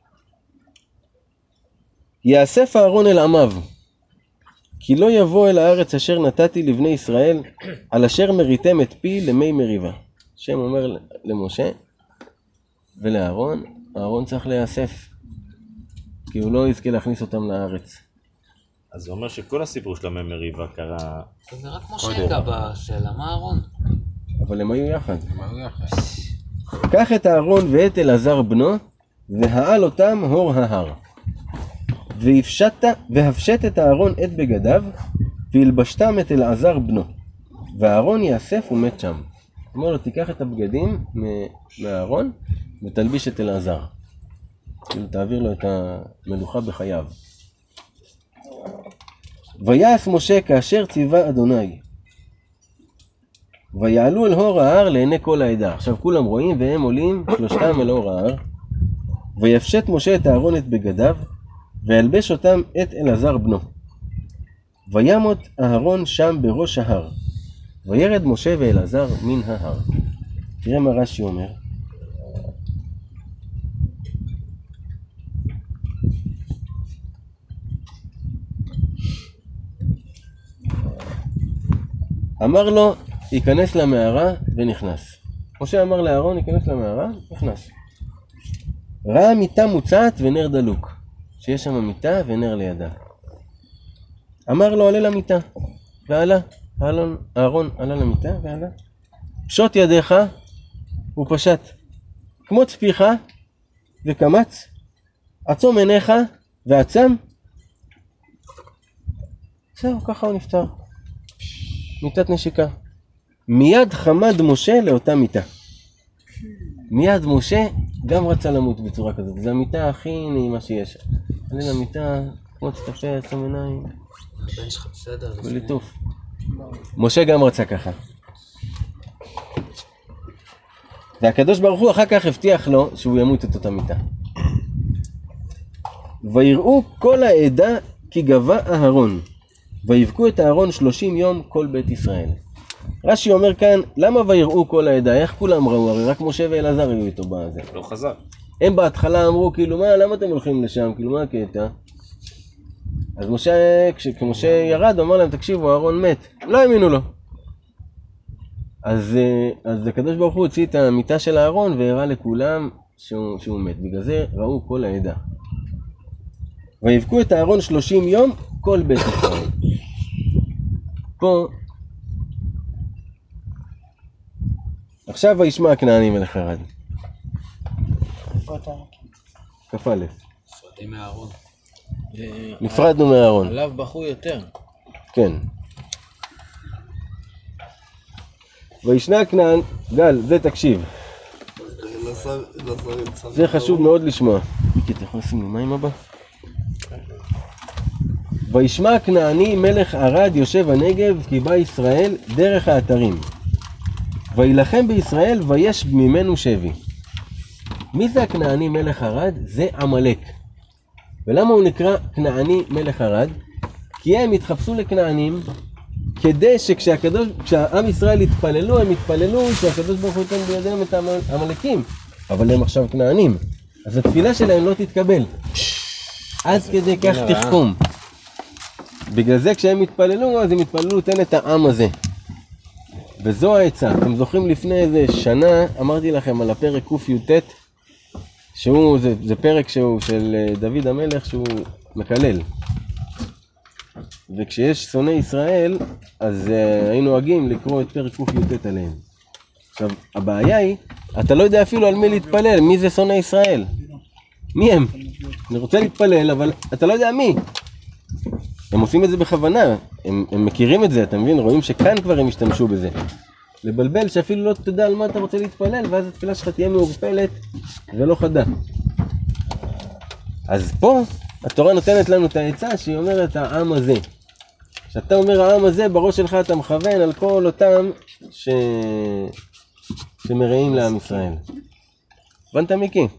יאסף אהרון אל עמיו, כי לא יבוא אל הארץ אשר נתתי לבני ישראל, על אשר מריתם את פי למי מריבה. השם אומר למשה ולאהרון, אהרון צריך להיאסף, כי הוא לא יזכה להכניס אותם לארץ. אז זה אומר שכל הסיפור של המי מריבה קרה... זה רק משה יגע בסלע, מה אהרון? אבל הם היו יחד. קח את אהרון ואת אלעזר בנו, והעל אותם הור ההר. והפשט את אהרון את בגדיו, והלבשתם את אלעזר בנו. ואהרון יאסף ומת שם. אומר לו, תיקח את הבגדים מאהרון, ותלביש את אלעזר. כאילו תעביר לו את המלוכה בחייו. ויעש משה כאשר ציווה אדוני. ויעלו אל הור ההר לעיני כל העדה. עכשיו כולם רואים והם עולים שלושתם אל הור ההר. ויפשט משה את אהרון את בגדיו, וילבש אותם את אלעזר בנו. וימות אהרון שם בראש ההר. וירד משה ואלעזר מן ההר. תראה מה רש"י אומר. אמר לו, ייכנס למערה ונכנס. משה אמר לאהרון, ייכנס למערה, נכנס. ראה מיטה מוצעת ונר דלוק. שיש שם מיטה ונר לידה. אמר לו, עלה למיטה. ועלה. אהרון עלה למיטה ועלה. פשוט ידיך ופשט. קמוץ פיך וקמץ. עצום עיניך ועצם. זהו, ככה הוא נפטר. מיטת נשיקה. מיד חמד משה לאותה מיטה. מיד משה גם רצה למות בצורה כזאת. זו המיטה הכי נעימה שיש. עלה למיטה, כמו תקפה, עצם עיניים. הבן שלך בסדר. וליטוף. משה גם רצה ככה. והקדוש ברוך הוא אחר כך הבטיח לו שהוא ימות את אותה מיטה. ויראו כל העדה כי גבה אהרון. ויבכו את אהרון 30 יום כל בית ישראל. רש"י אומר כאן, למה ויראו כל העדה? איך כולם ראו? הרי רק משה ואלעזר היו איתו בזה. לא חזר. הם בהתחלה אמרו, כאילו, למה אתם הולכים לשם? כאילו, מה הקטע? אז משה, כשמשה ירד, הוא אמר להם, תקשיבו, אהרון מת. לא האמינו לו. אז הקדוש ברוך הוא הוציא את המיטה של אהרון והראה לכולם שהוא מת. בגלל זה ראו כל העדה. ויבכו את אהרון 30 יום כל בית ישראל. פה עכשיו וישמע הכנעני מלך ערד. כ"א. סרטים מהארון. נפרדנו מהארון. עליו בכו יותר. כן. וישנה כנען, גל, זה תקשיב. זה חשוב מאוד לשמוע. מיקי, אתה יכול לשים לי מים הבא? וישמע הכנעני מלך ערד יושב הנגב כי בא ישראל דרך האתרים. וילחם בישראל ויש ממנו שבי. מי זה הכנעני מלך ערד? זה עמלק. ולמה הוא נקרא כנעני מלך ערד? כי הם התחפשו לכנענים כדי כשהעם ישראל התפללו, הם התפללו שהקדוש ברוך הוא ייתן בידיהם את העמלקים. אבל הם עכשיו כנענים. אז התפילה שלהם לא תתקבל. עד כדי כך תחכום. בגלל זה כשהם התפללו, אז הם התפללו תן את העם הזה. וזו העצה. אתם זוכרים לפני איזה שנה, אמרתי לכם על הפרק ק"ט, זה פרק שהוא של דוד המלך שהוא מקלל. וכשיש שונאי ישראל, אז היינו נוהגים לקרוא את פרק ק"ט עליהם. עכשיו, הבעיה היא, אתה לא יודע אפילו על מי להתפלל, מי זה שונאי ישראל? מי הם? אני רוצה להתפלל, אבל אתה לא יודע מי. הם עושים את זה בכוונה, הם מכירים את זה, אתה מבין? רואים שכאן כבר הם השתמשו בזה. לבלבל שאפילו לא תדע על מה אתה רוצה להתפלל, ואז התפילה שלך תהיה מעורפלת ולא חדה. אז פה התורה נותנת לנו את העצה שהיא אומרת העם הזה. כשאתה אומר העם הזה, בראש שלך אתה מכוון על כל אותם שמראים לעם ישראל. הבנת מיקי?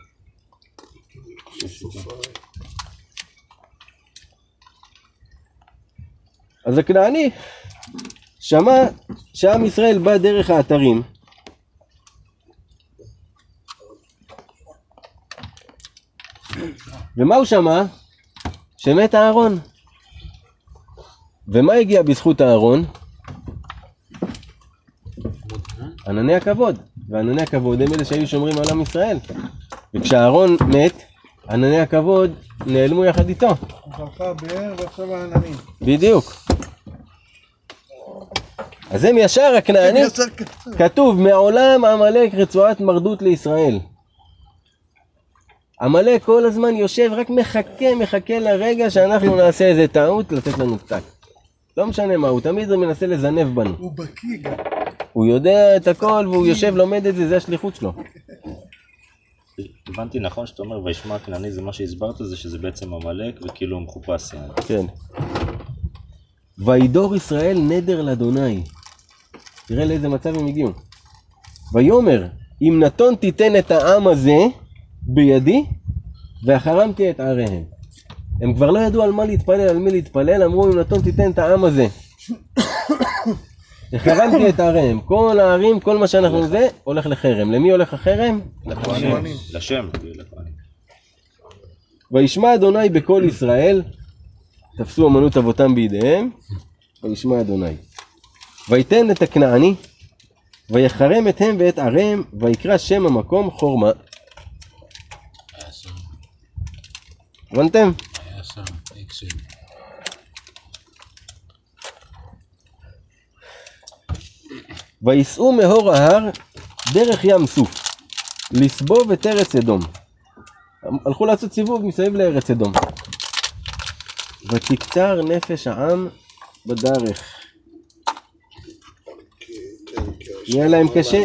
אז הכנעני שמע שעם ישראל בא דרך האתרים. ומה הוא שמע? שמת הארון. ומה הגיע בזכות הארון? ענני הכבוד. וענני הכבוד הם אלה שהיו שומרים על עם ישראל. וכשהארון מת, ענני הכבוד נעלמו יחד איתו. הלכה באר ועכשיו העננים. בדיוק. אז הם ישר הכנענים, כתוב מעולם עמלק רצועת מרדות לישראל. עמלק כל הזמן יושב, רק מחכה לרגע שאנחנו נעשה איזה טעות לתת לנו פתק. לא משנה מה, הוא תמיד מנסה לזנב בנו. הוא בקיא גם. הוא יודע את הכל והוא יושב לומד את זה, זה השליחות שלו. הבנתי נכון שאתה אומר וישמע הכנעני, זה מה שהסברת, זה שזה בעצם עמלק וכאילו הוא מחופש. כן. וידור ישראל נדר לאדוני. תראה לאיזה מצב הם הגיעו. ויאמר, אם נתון תיתן את העם הזה בידי, והחרמתי את עריהם. הם כבר לא ידעו על מה להתפלל, על מי להתפלל, אמרו אם נתון תיתן את העם הזה. החרמתי את עריהם. כל הערים, כל מה שאנחנו זה, הולך לחרם. למי הולך החרם? לכהנים. לשם. וישמע אדוני בקול ישראל, תפסו אמנות אבותם בידיהם, וישמע אדוני. ויתן את הכנעני, ויחרם אתהם ואת עריהם, ויקרא שם המקום חורמה. היה שם, הבנתם? היה שם, אקשן. ויסעו מהור ההר דרך ים סוף, לסבוב את ארץ אדום. הלכו לעשות סיבוב מסביב לארץ אדום. ותקצר נפש העם בדרך. יהיה להם קשה.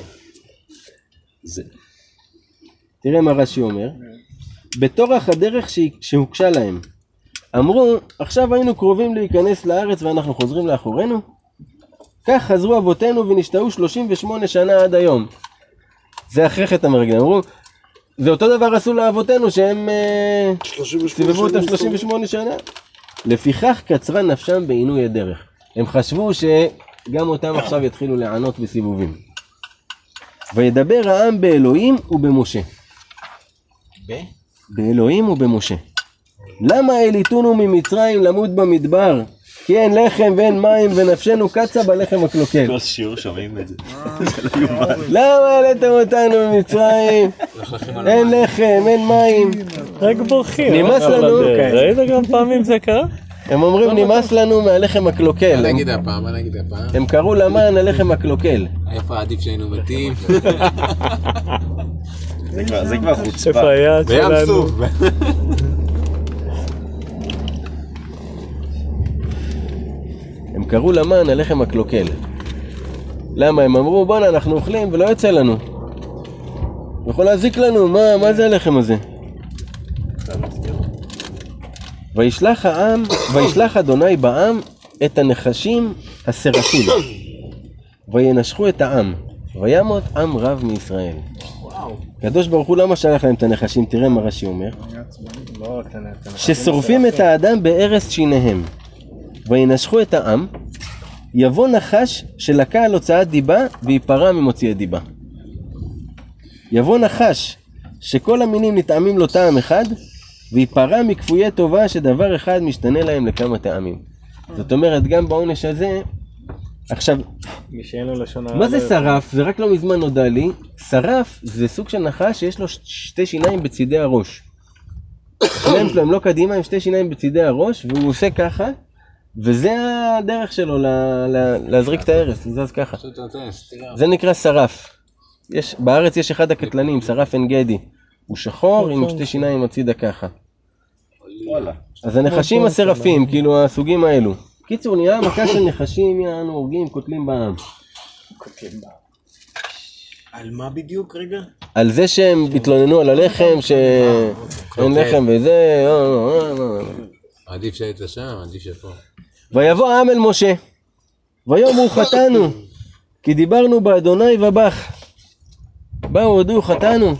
תראה מה רש"י אומר. בתורך הדרך שהוקשה להם. אמרו, עכשיו היינו קרובים להיכנס לארץ ואנחנו חוזרים לאחורינו. כך חזרו אבותינו ונשתהו 38 שנה עד היום. זה אחרי חטא המרגלים. אמרו, זה אותו דבר עשו לאבותינו שהם סיבבו אותם 38 שנה. לפיכך קצרה נפשם בעינוי הדרך. הם חשבו שגם אותם עכשיו יתחילו לענות בסיבובים. וידבר העם באלוהים ובמשה. באלוהים ובמשה. למה העליתונו ממצרים למות במדבר? כי אין לחם ואין מים ונפשנו קצה בלחם הקלוקל. כל שיעור שומעים את זה. למה העליתם אותנו ממצרים? אין לחם, אין מים. רק בורחים. נמאס לנו. ראית גם פעמים זה קרה? הם אומרים נמאס לנו מהלחם הקלוקל. מה נגיד הפעם? הם קראו למן הלחם הקלוקל. איפה עדיף שהיינו מתים? זה כבר חוצפה. איפה היד בים שלנו? סוף. הם קראו למן הלחם הקלוקל. למה? הם אמרו בואנה אנחנו אוכלים ולא יוצא לנו. יכול להזיק לנו, מה זה הלחם הזה? וישלח אדוני בעם את הנחשים הסרפים וינשכו את העם וימות עם רב מישראל. קדוש ברוך הוא למה שלח להם את הנחשים? תראה מה רש"י אומר, ששורפים את האדם בארץ שיניהם וינשכו את העם, יבוא נחש שלקה על הוצאת דיבה ויפרע ממוציאי דיבה. יבוא נחש שכל המינים נטעמים לו טעם אחד ויפרע מכפויי טובה שדבר אחד משתנה להם לכמה טעמים. זאת אומרת גם בעונש הזה. עכשיו מי שאין לו לשון הרע. מה זה שרף? זה רק לא מזמן נודע לי. שרף זה סוג של נחש שיש לו שתי שיניים בצידי הראש. השיניים שלו הם לא קדימה, עם שתי שיניים בצידי הראש, והוא עושה ככה, וזה הדרך שלו להזריק את הארץ, הוא זז ככה. זה נקרא שרף. בארץ יש אחד הקטלנים, שרף עין גדי. הוא שחור עם שתי שיניים הצידה ככה. אז הנחשים השרפים, כאילו הסוגים האלו. קיצור, נראה מכה של נחשים, יענו, הורגים, קוטלים בעם. על מה בדיוק רגע? על זה שהם התלוננו על הלחם, שאין לחם וזה, עדיף שהיית שם, עדיף שפה. ויבוא העם אל משה, ויאמרו חטאנו, כי דיברנו באדוני ובך. באו הודו חטאנו.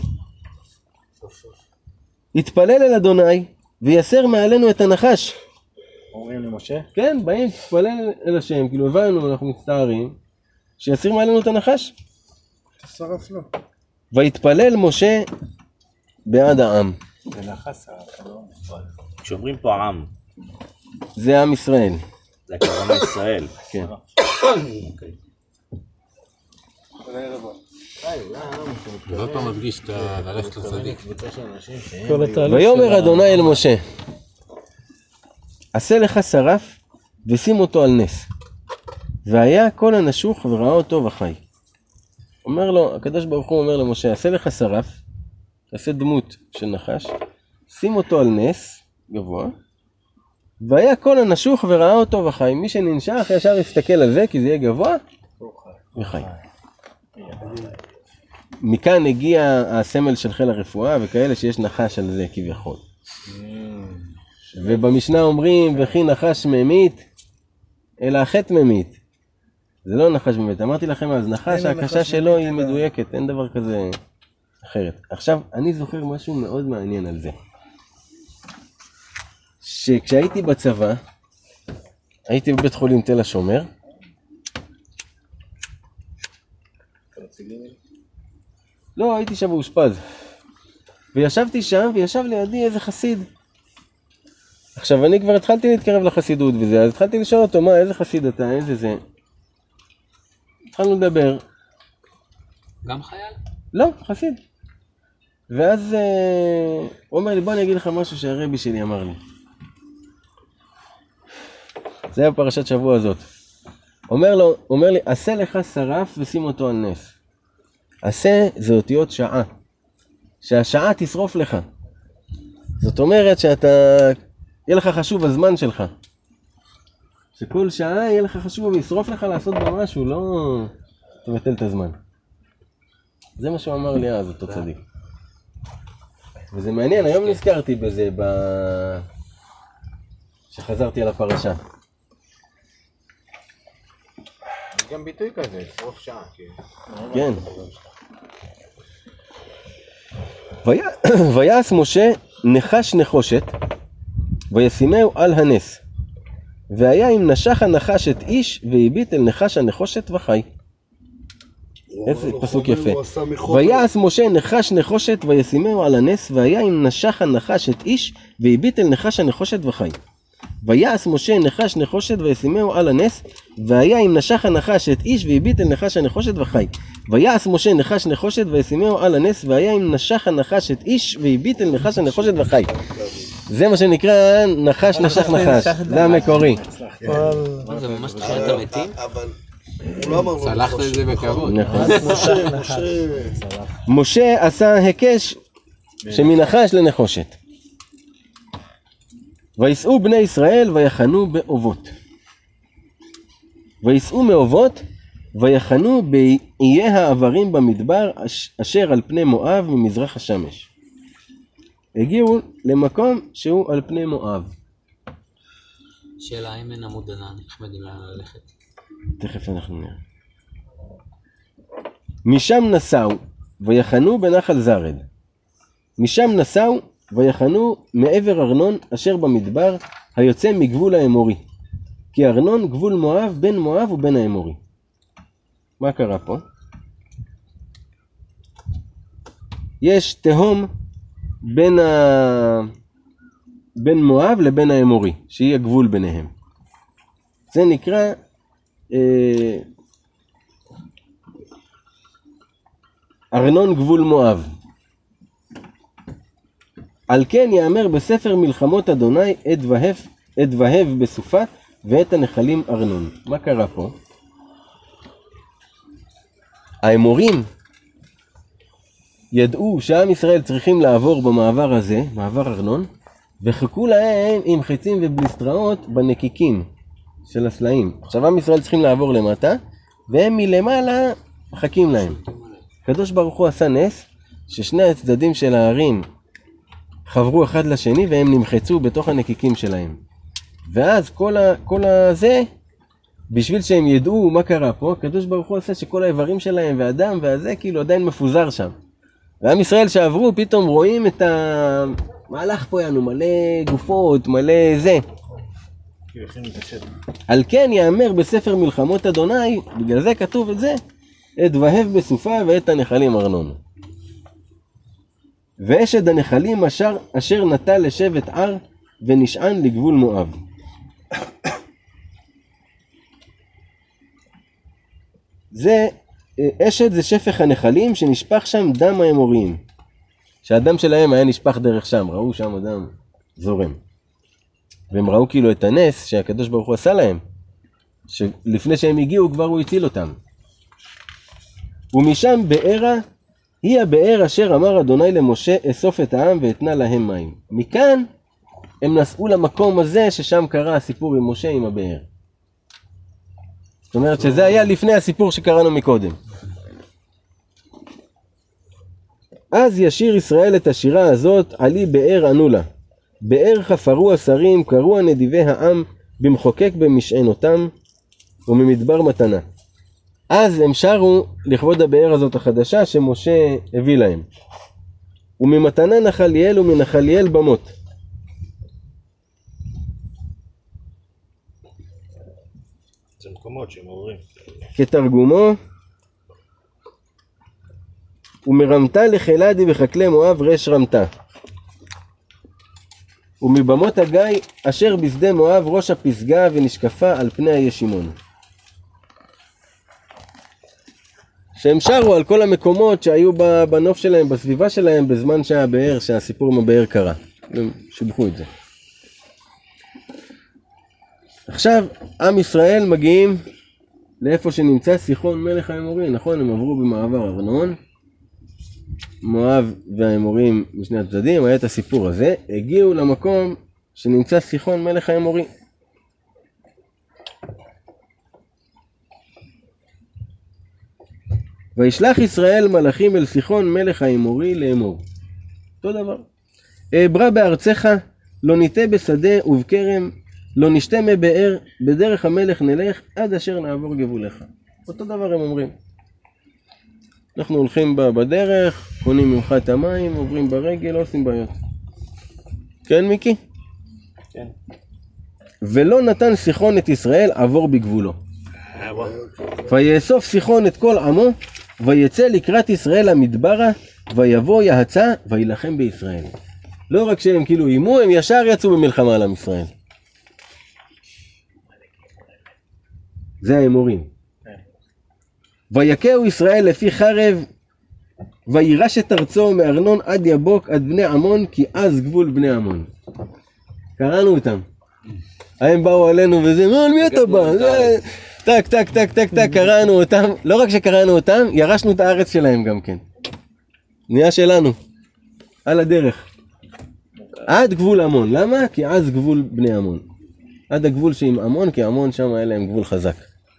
התפלל אל אדוני, ויסר מעלינו את הנחש. אומרים למשה? כן, באים, תתפלל אל השם, כאילו הבנו, אנחנו מצטערים, שיסיר מעלינו את הנחש. שרף לו. ויתפלל משה בעד העם. זה לחס הרע. כשאומרים פה העם, זה עם ישראל. זה הכוונה ישראל. כן. ועוד פעם מדגיש את ללכת לצדיק. כל התהליך ויאמר אדוני אל משה, עשה לך שרף ושים אותו על נס. והיה כל הנשוך וראה אותו וחי. אומר לו, הקדוש ברוך הוא אומר למשה, עשה לך שרף, עשה דמות של נחש, שים אותו על נס גבוה, והיה כל הנשוך וראה אותו וחי. מי שננשך ישר יסתכל על זה כי זה יהיה גבוה וחי. מכאן הגיע הסמל של חיל הרפואה וכאלה שיש נחש על זה כביכול. ובמשנה אומרים וכי נחש ממית אלא החטא ממית. זה לא נחש ממית. אמרתי לכם אז נחש ההקשה שלו היא מדויקת, אין דבר כזה אחרת. עכשיו אני זוכר משהו מאוד מעניין על זה. שכשהייתי בצבא, הייתי בבית חולים תל השומר. לא, הייתי שם מאושפז. וישבתי שם וישב לידי איזה חסיד. עכשיו אני כבר התחלתי להתקרב לחסידות וזה, אז התחלתי לשאול אותו מה, איזה חסיד אתה, איזה זה. התחלנו לדבר. גם חייל? לא, חסיד. ואז הוא אומר לי, בוא אני אגיד לך משהו שהרבי שלי אמר לי. זה היה בפרשת שבוע הזאת. אומר לי, עשה לך שרף ושים אותו על נס. עשה זה אותיות שעה. שהשעה תשרוף לך. זאת אומרת שאתה, יהיה לך חשוב הזמן שלך. שכל שעה יהיה לך חשוב וישרוף לך לעשות בה משהו, לא תבטל את הזמן. זה מה שהוא אמר לי אז, אותו צדיק. וזה מעניין, היום נזכרתי בזה שחזרתי על הפרשה. יש גם ביטוי כזה, שרוף שעה. כן. ויעש משה נחש נחושת וישימהו על הנס. והיה אם נשך הנחשת איש והביט אל נחש הנחושת וחי. איזה פסוק יפה. ויעש משה נחש נחושת וישימהו על הנס. והיה אם נשך הנחשת איש והביט אל נחש הנחושת וחי. ויעש משה נחש נחושת וישימהו על הנס. והיה אם נשך הנחשת איש והביט אל נחש הנחושת וחי. ויעש משה נחש נחושת וישימהו על הנס. והיה אם נשך הנחשת איש והביט אל נחש הנחושת וחי. זה מה שנקרא נחש נשך נחש, זה המקורי. זה ממש תחיית המתים? אבל הוא לא אמר לו צלחת את זה בכבוד. נכון. משה. משה עשה היקש שמנחש לנחושת. ויסעו בני ישראל ויחנו באובות. ויסעו מאובות ויחנו באיי העברים במדבר אשר על פני מואב ממזרח השמש. הגיעו למקום שהוא על פני מואב. שאלה אם אין עמוד ענן, איך יודעים לאן ללכת? תכף אנחנו נראה. משם נסעו ויחנו בנחל זרד. משם נסעו ויחנו מעבר ארנון אשר במדבר היוצא מגבול האמורי. כי ארנון גבול מואב בין מואב ובין האמורי. מה קרה פה? יש תהום בין מואב לבין האמורי, שהיא הגבול ביניהם. זה נקרא ארנון גבול מואב. על כן יאמר בספר מלחמות אדוני את והב בסופה ואת הנחלים ארנון. מה קרה פה? האמורים ידעו שעם ישראל צריכים לעבור במעבר הזה, מעבר ארנון, וחיכו להם עם חצים ובליסטראות בנקיקים של הסלעים. עכשיו עם ישראל צריכים לעבור למטה, והם מלמעלה מחכים להם. הקדוש ברוך הוא עשה נס, ששני הצדדים של הערים חברו אחד לשני, והם נמחצו בתוך הנקיקים שלהם. ואז כל הזה, בשביל שהם ידעו מה קרה פה, הקדוש ברוך הוא עשה שכל האיברים שלהם והדם והזה כאילו עדיין מפוזר שם. ועם ישראל שעברו פתאום רואים את המהלך פה, יענו מלא גופות, מלא זה. על כן יאמר בספר מלחמות אדוני, בגלל זה כתוב את זה, את והב בסופה ואת הנחלים ארנון. ואשד הנחלים אשר נטל לשבט ער ונשען לגבול מואב. אשד זה שפך הנחלים שנשפך שם דם האמוריים. שהדם שלהם היה נשפך דרך שם, ראו שם הדם זורם. והם ראו כאילו את הנס שהקדוש ברוך הוא עשה להם. שלפני שהם הגיעו כבר הוא הציל אותם. ומשם בארה, היא הבאר אשר אמר אדוני למשה אסוף את העם ואתנה להם מים. מכאן הם נסעו למקום הזה ששם קרה הסיפור עם משה עם הבאר. זאת אומרת שזה היה לפני הסיפור שקראנו מקודם. אז ישיר ישראל את השירה הזאת, עלי באר ענו לה. באר חפרו השרים, קראו הנדיבי העם במחוקק במשענותם וממדבר מתנה. אז הם שרו לכבוד הבאר הזאת החדשה שמשה הביא להם. וממתנה נחליאל ומנחליאל במות. זה מקומות שהם עוברים. כתרגומו, ומרמתה לחילדי בחקלי מואב רש רמתה. ומבמות הגיא אשר בשדה מואב ראש הפסגה ונשקפה על פני הישימון. שהם שרו על כל המקומות שהיו בנוף שלהם, בסביבה שלהם, בזמן שהסיפור עם הבאר קרה. הם שיבחו את זה. עכשיו, עם ישראל מגיעים לאיפה שנמצא סיחון מלך האמורי. נכון, הם עברו במעבר ארנון. מואב והאמורים משני הצדדים, היה את הסיפור הזה. הגיעו למקום שנמצא סיחון מלך האמורי. וישלח ישראל מלאכים אל סיחון מלך האמורי לאמור. אותו דבר. אעברה בארצך, לא ניטה בשדה ובכרם, לא נשתה מבאר, בדרך המלך נלך עד אשר נעבור גבולך. אותו דבר הם אומרים. אנחנו הולכים בדרך, קונים ממך את המים, עוברים ברגל, לא עושים בעיות. כן מיקי? כן. ולא נתן סיחון את ישראל עבור בגבולו. ויאסוף סיחון את כל עמו, ויצא לקראת ישראל המדברה, ויבוא יהצה, וילחם בישראל. לא רק שהם כאילו אימו, הם ישר יצאו במלחמה על עם ישראל. זה האמורים. ויקהו ישראל לפי חרב וירש את ארצו מארנון עד יבוק עד בני עמון, כי אז גבול בני עמון. קראנו אותם. הם באו עלינו וזה, מה, על מי אתה בא? טק, טק, טק, טק, טק, קראנו אותם. לא רק שקראנו אותם, ירשנו את הארץ שלהם גם כן. נהיה שלנו. על הדרך. עד גבול עמון. למה? כי אז גבול בני עמון. עד הגבול שעם עמון, כי עמון שם היה להם גבול חזק.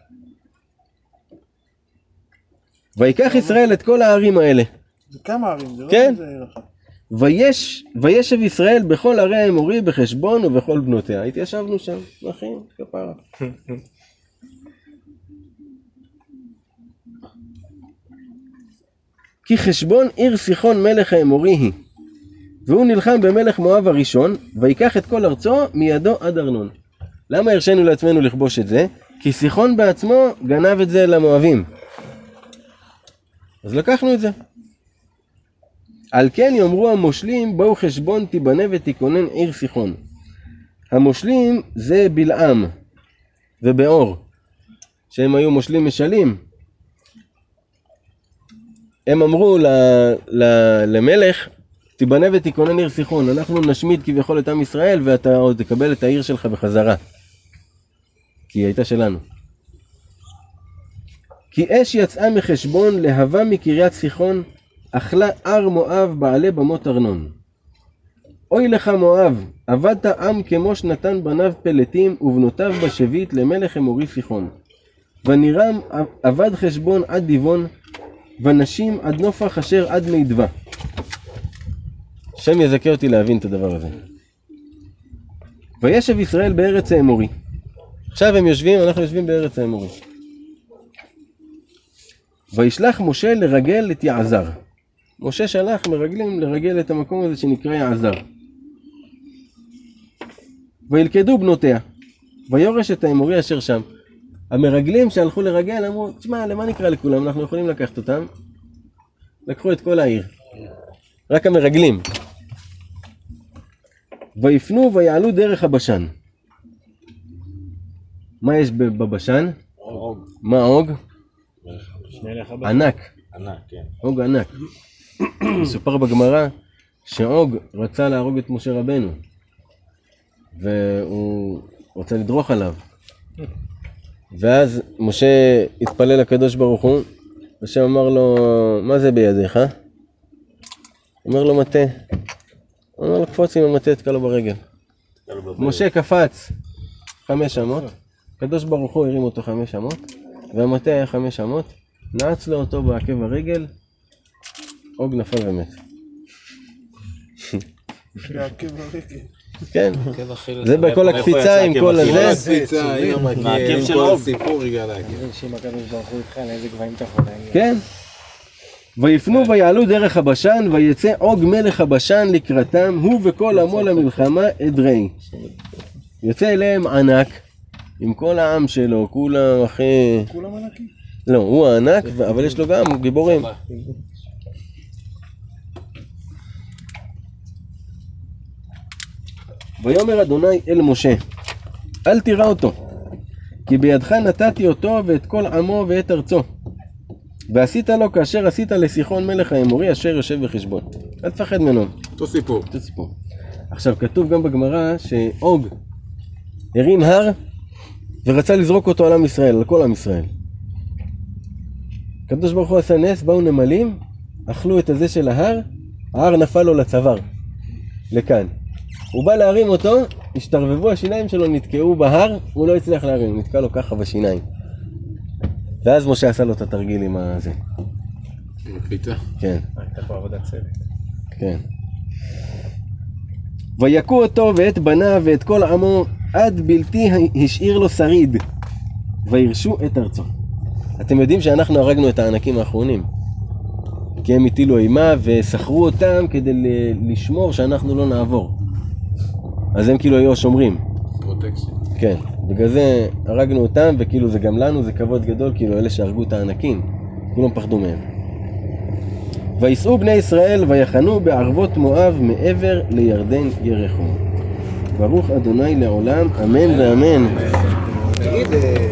ויקח ישראל את כל הערים האלה. זה כמה ערים, זה לא כן. איזה עיר אחת. וישב ישראל בכל ערי האמורי בחשבון ובכל בנותיה. התיישבנו שם, אחים, כפרה. כי חשבון עיר סיחון מלך האמורי היא. והוא נלחם במלך מואב הראשון, ויקח את כל ארצו מידו עד ארנון. למה הרשינו לעצמנו לכבוש את זה? כי סיחון בעצמו גנב את זה למואבים. אז לקחנו את זה. על כן יאמרו המושלים, בואו חשבון תיבנה ותיכונן עיר סיחון. המושלים זה בלעם ובאור, שהם היו מושלים משלים. הם אמרו למלך, תיבנה ותיכונן עיר סיחון, אנחנו נשמיד כביכול את עם ישראל ואתה עוד תקבל את העיר שלך בחזרה. כי היא הייתה שלנו. כי אש יצאה מחשבון להבה מקריית סיחון, אכלה הר מואב בעלי במות ארנון. אוי לך מואב, עבדת עם כמו שנתן בניו פלטים ובנותיו בשבית למלך אמורי סיחון. ונירם עבד חשבון עד דיבון, ונשים עד נופח אשר עד מידווה. השם יזכה אותי להבין את הדבר הזה. וישב ישראל בארץ האמורי. עכשיו הם יושבים, אנחנו יושבים בארץ האמורי. וישלח משה לרגל את יעזר. משה שלח מרגלים לרגל את המקום הזה שנקרא יעזר. וילכדו בנותיה. ויורש את האמורי אשר שם. המרגלים שהלכו לרגל אמרו, תשמע, למה נקרא לכולם? אנחנו יכולים לקחת אותם. לקחו את כל העיר. רק המרגלים. ויפנו ויעלו דרך הבשן. מה יש בבשן? עוג. מה עוג? ענק. ענק, כן. עוג ענק. מסופר בגמרא שעוג רצה להרוג את משה רבנו. והוא רוצה לדרוך עליו. ואז משה התפלל לקדוש ברוך הוא, ושם אמר לו, מה זה בידיך? אומר לו מטה. הוא אומר לו, קפוץ עם המטה, תקע לו ברגל. משה קפץ 5 אמות, הקדוש ברוך הוא הרים אותו 5 אמות, והמטה היה 5 אמות, נעץ לו אותו בעקב הרגל, עוג נפל ומת. בעקב הרגל. כן, זה בכל הקפיצה עם כל הזה. הקפיצה, עם המקל, של כל עוג. הסיפור הגע להגיע. שאם הקדוש ברוך הוא איתך, לאיזה גבהים אתה יכול להגיע. כן. ויפנו ויעלו דרך הבשן, ויצא עוג מלך הבשן לקראתם, הוא וכל עמו למלחמה אדרעי. יוצא אליהם ענק, עם כל העם שלו, כולם אחי... כולם ענקים. לא, הוא הענק, אבל יש לו גם גיבורים. ויאמר אדוני אל משה, אל תירא אותו, כי בידך נתתי אותו ואת כל עמו ואת ארצו. ועשית לו כאשר עשית לסיחון מלך האמורי אשר יושב בחשבון. אל תפחד ממנו. אותו סיפור. אותו סיפור. עכשיו כתוב גם בגמרא שעוג הרים הר ורצה לזרוק אותו על עם ישראל, על כל עם ישראל. הקדוש ברוך הוא עשה נס, באו נמלים, אכלו את הזה של ההר, ההר נפל לו לצוואר, לכאן. הוא בא להרים אותו, השתרבבו השיניים שלו, נתקעו בהר, הוא לא הצליח להרים, נתקע לו ככה בשיניים. ואז משה עשה לו את התרגיל עם הזה. עם הקליטה. כן. הייתה פה עבודת צוות. כן. ויקו אותו ואת בניו ואת כל עמו, עד בלתי השאיר לו שריד, וירשו את ארצו. אתם יודעים שאנחנו הרגנו את הענקים האחרונים, כי הם הטילו אימה וסחרו אותם כדי לשמור שאנחנו לא נעבור. אז הם כאילו היו השומרים. פרוטקשן. כן, בגלל זה הרגנו אותם, וכאילו זה גם לנו, זה כבוד גדול, כאילו אלה שהרגו את הענקים, כולם פחדו מהם. ויסעו בני ישראל ויחנו בערבות מואב מעבר לירדן ירחו. ברוך אדוני לעולם, אמן ואמן. תגיד,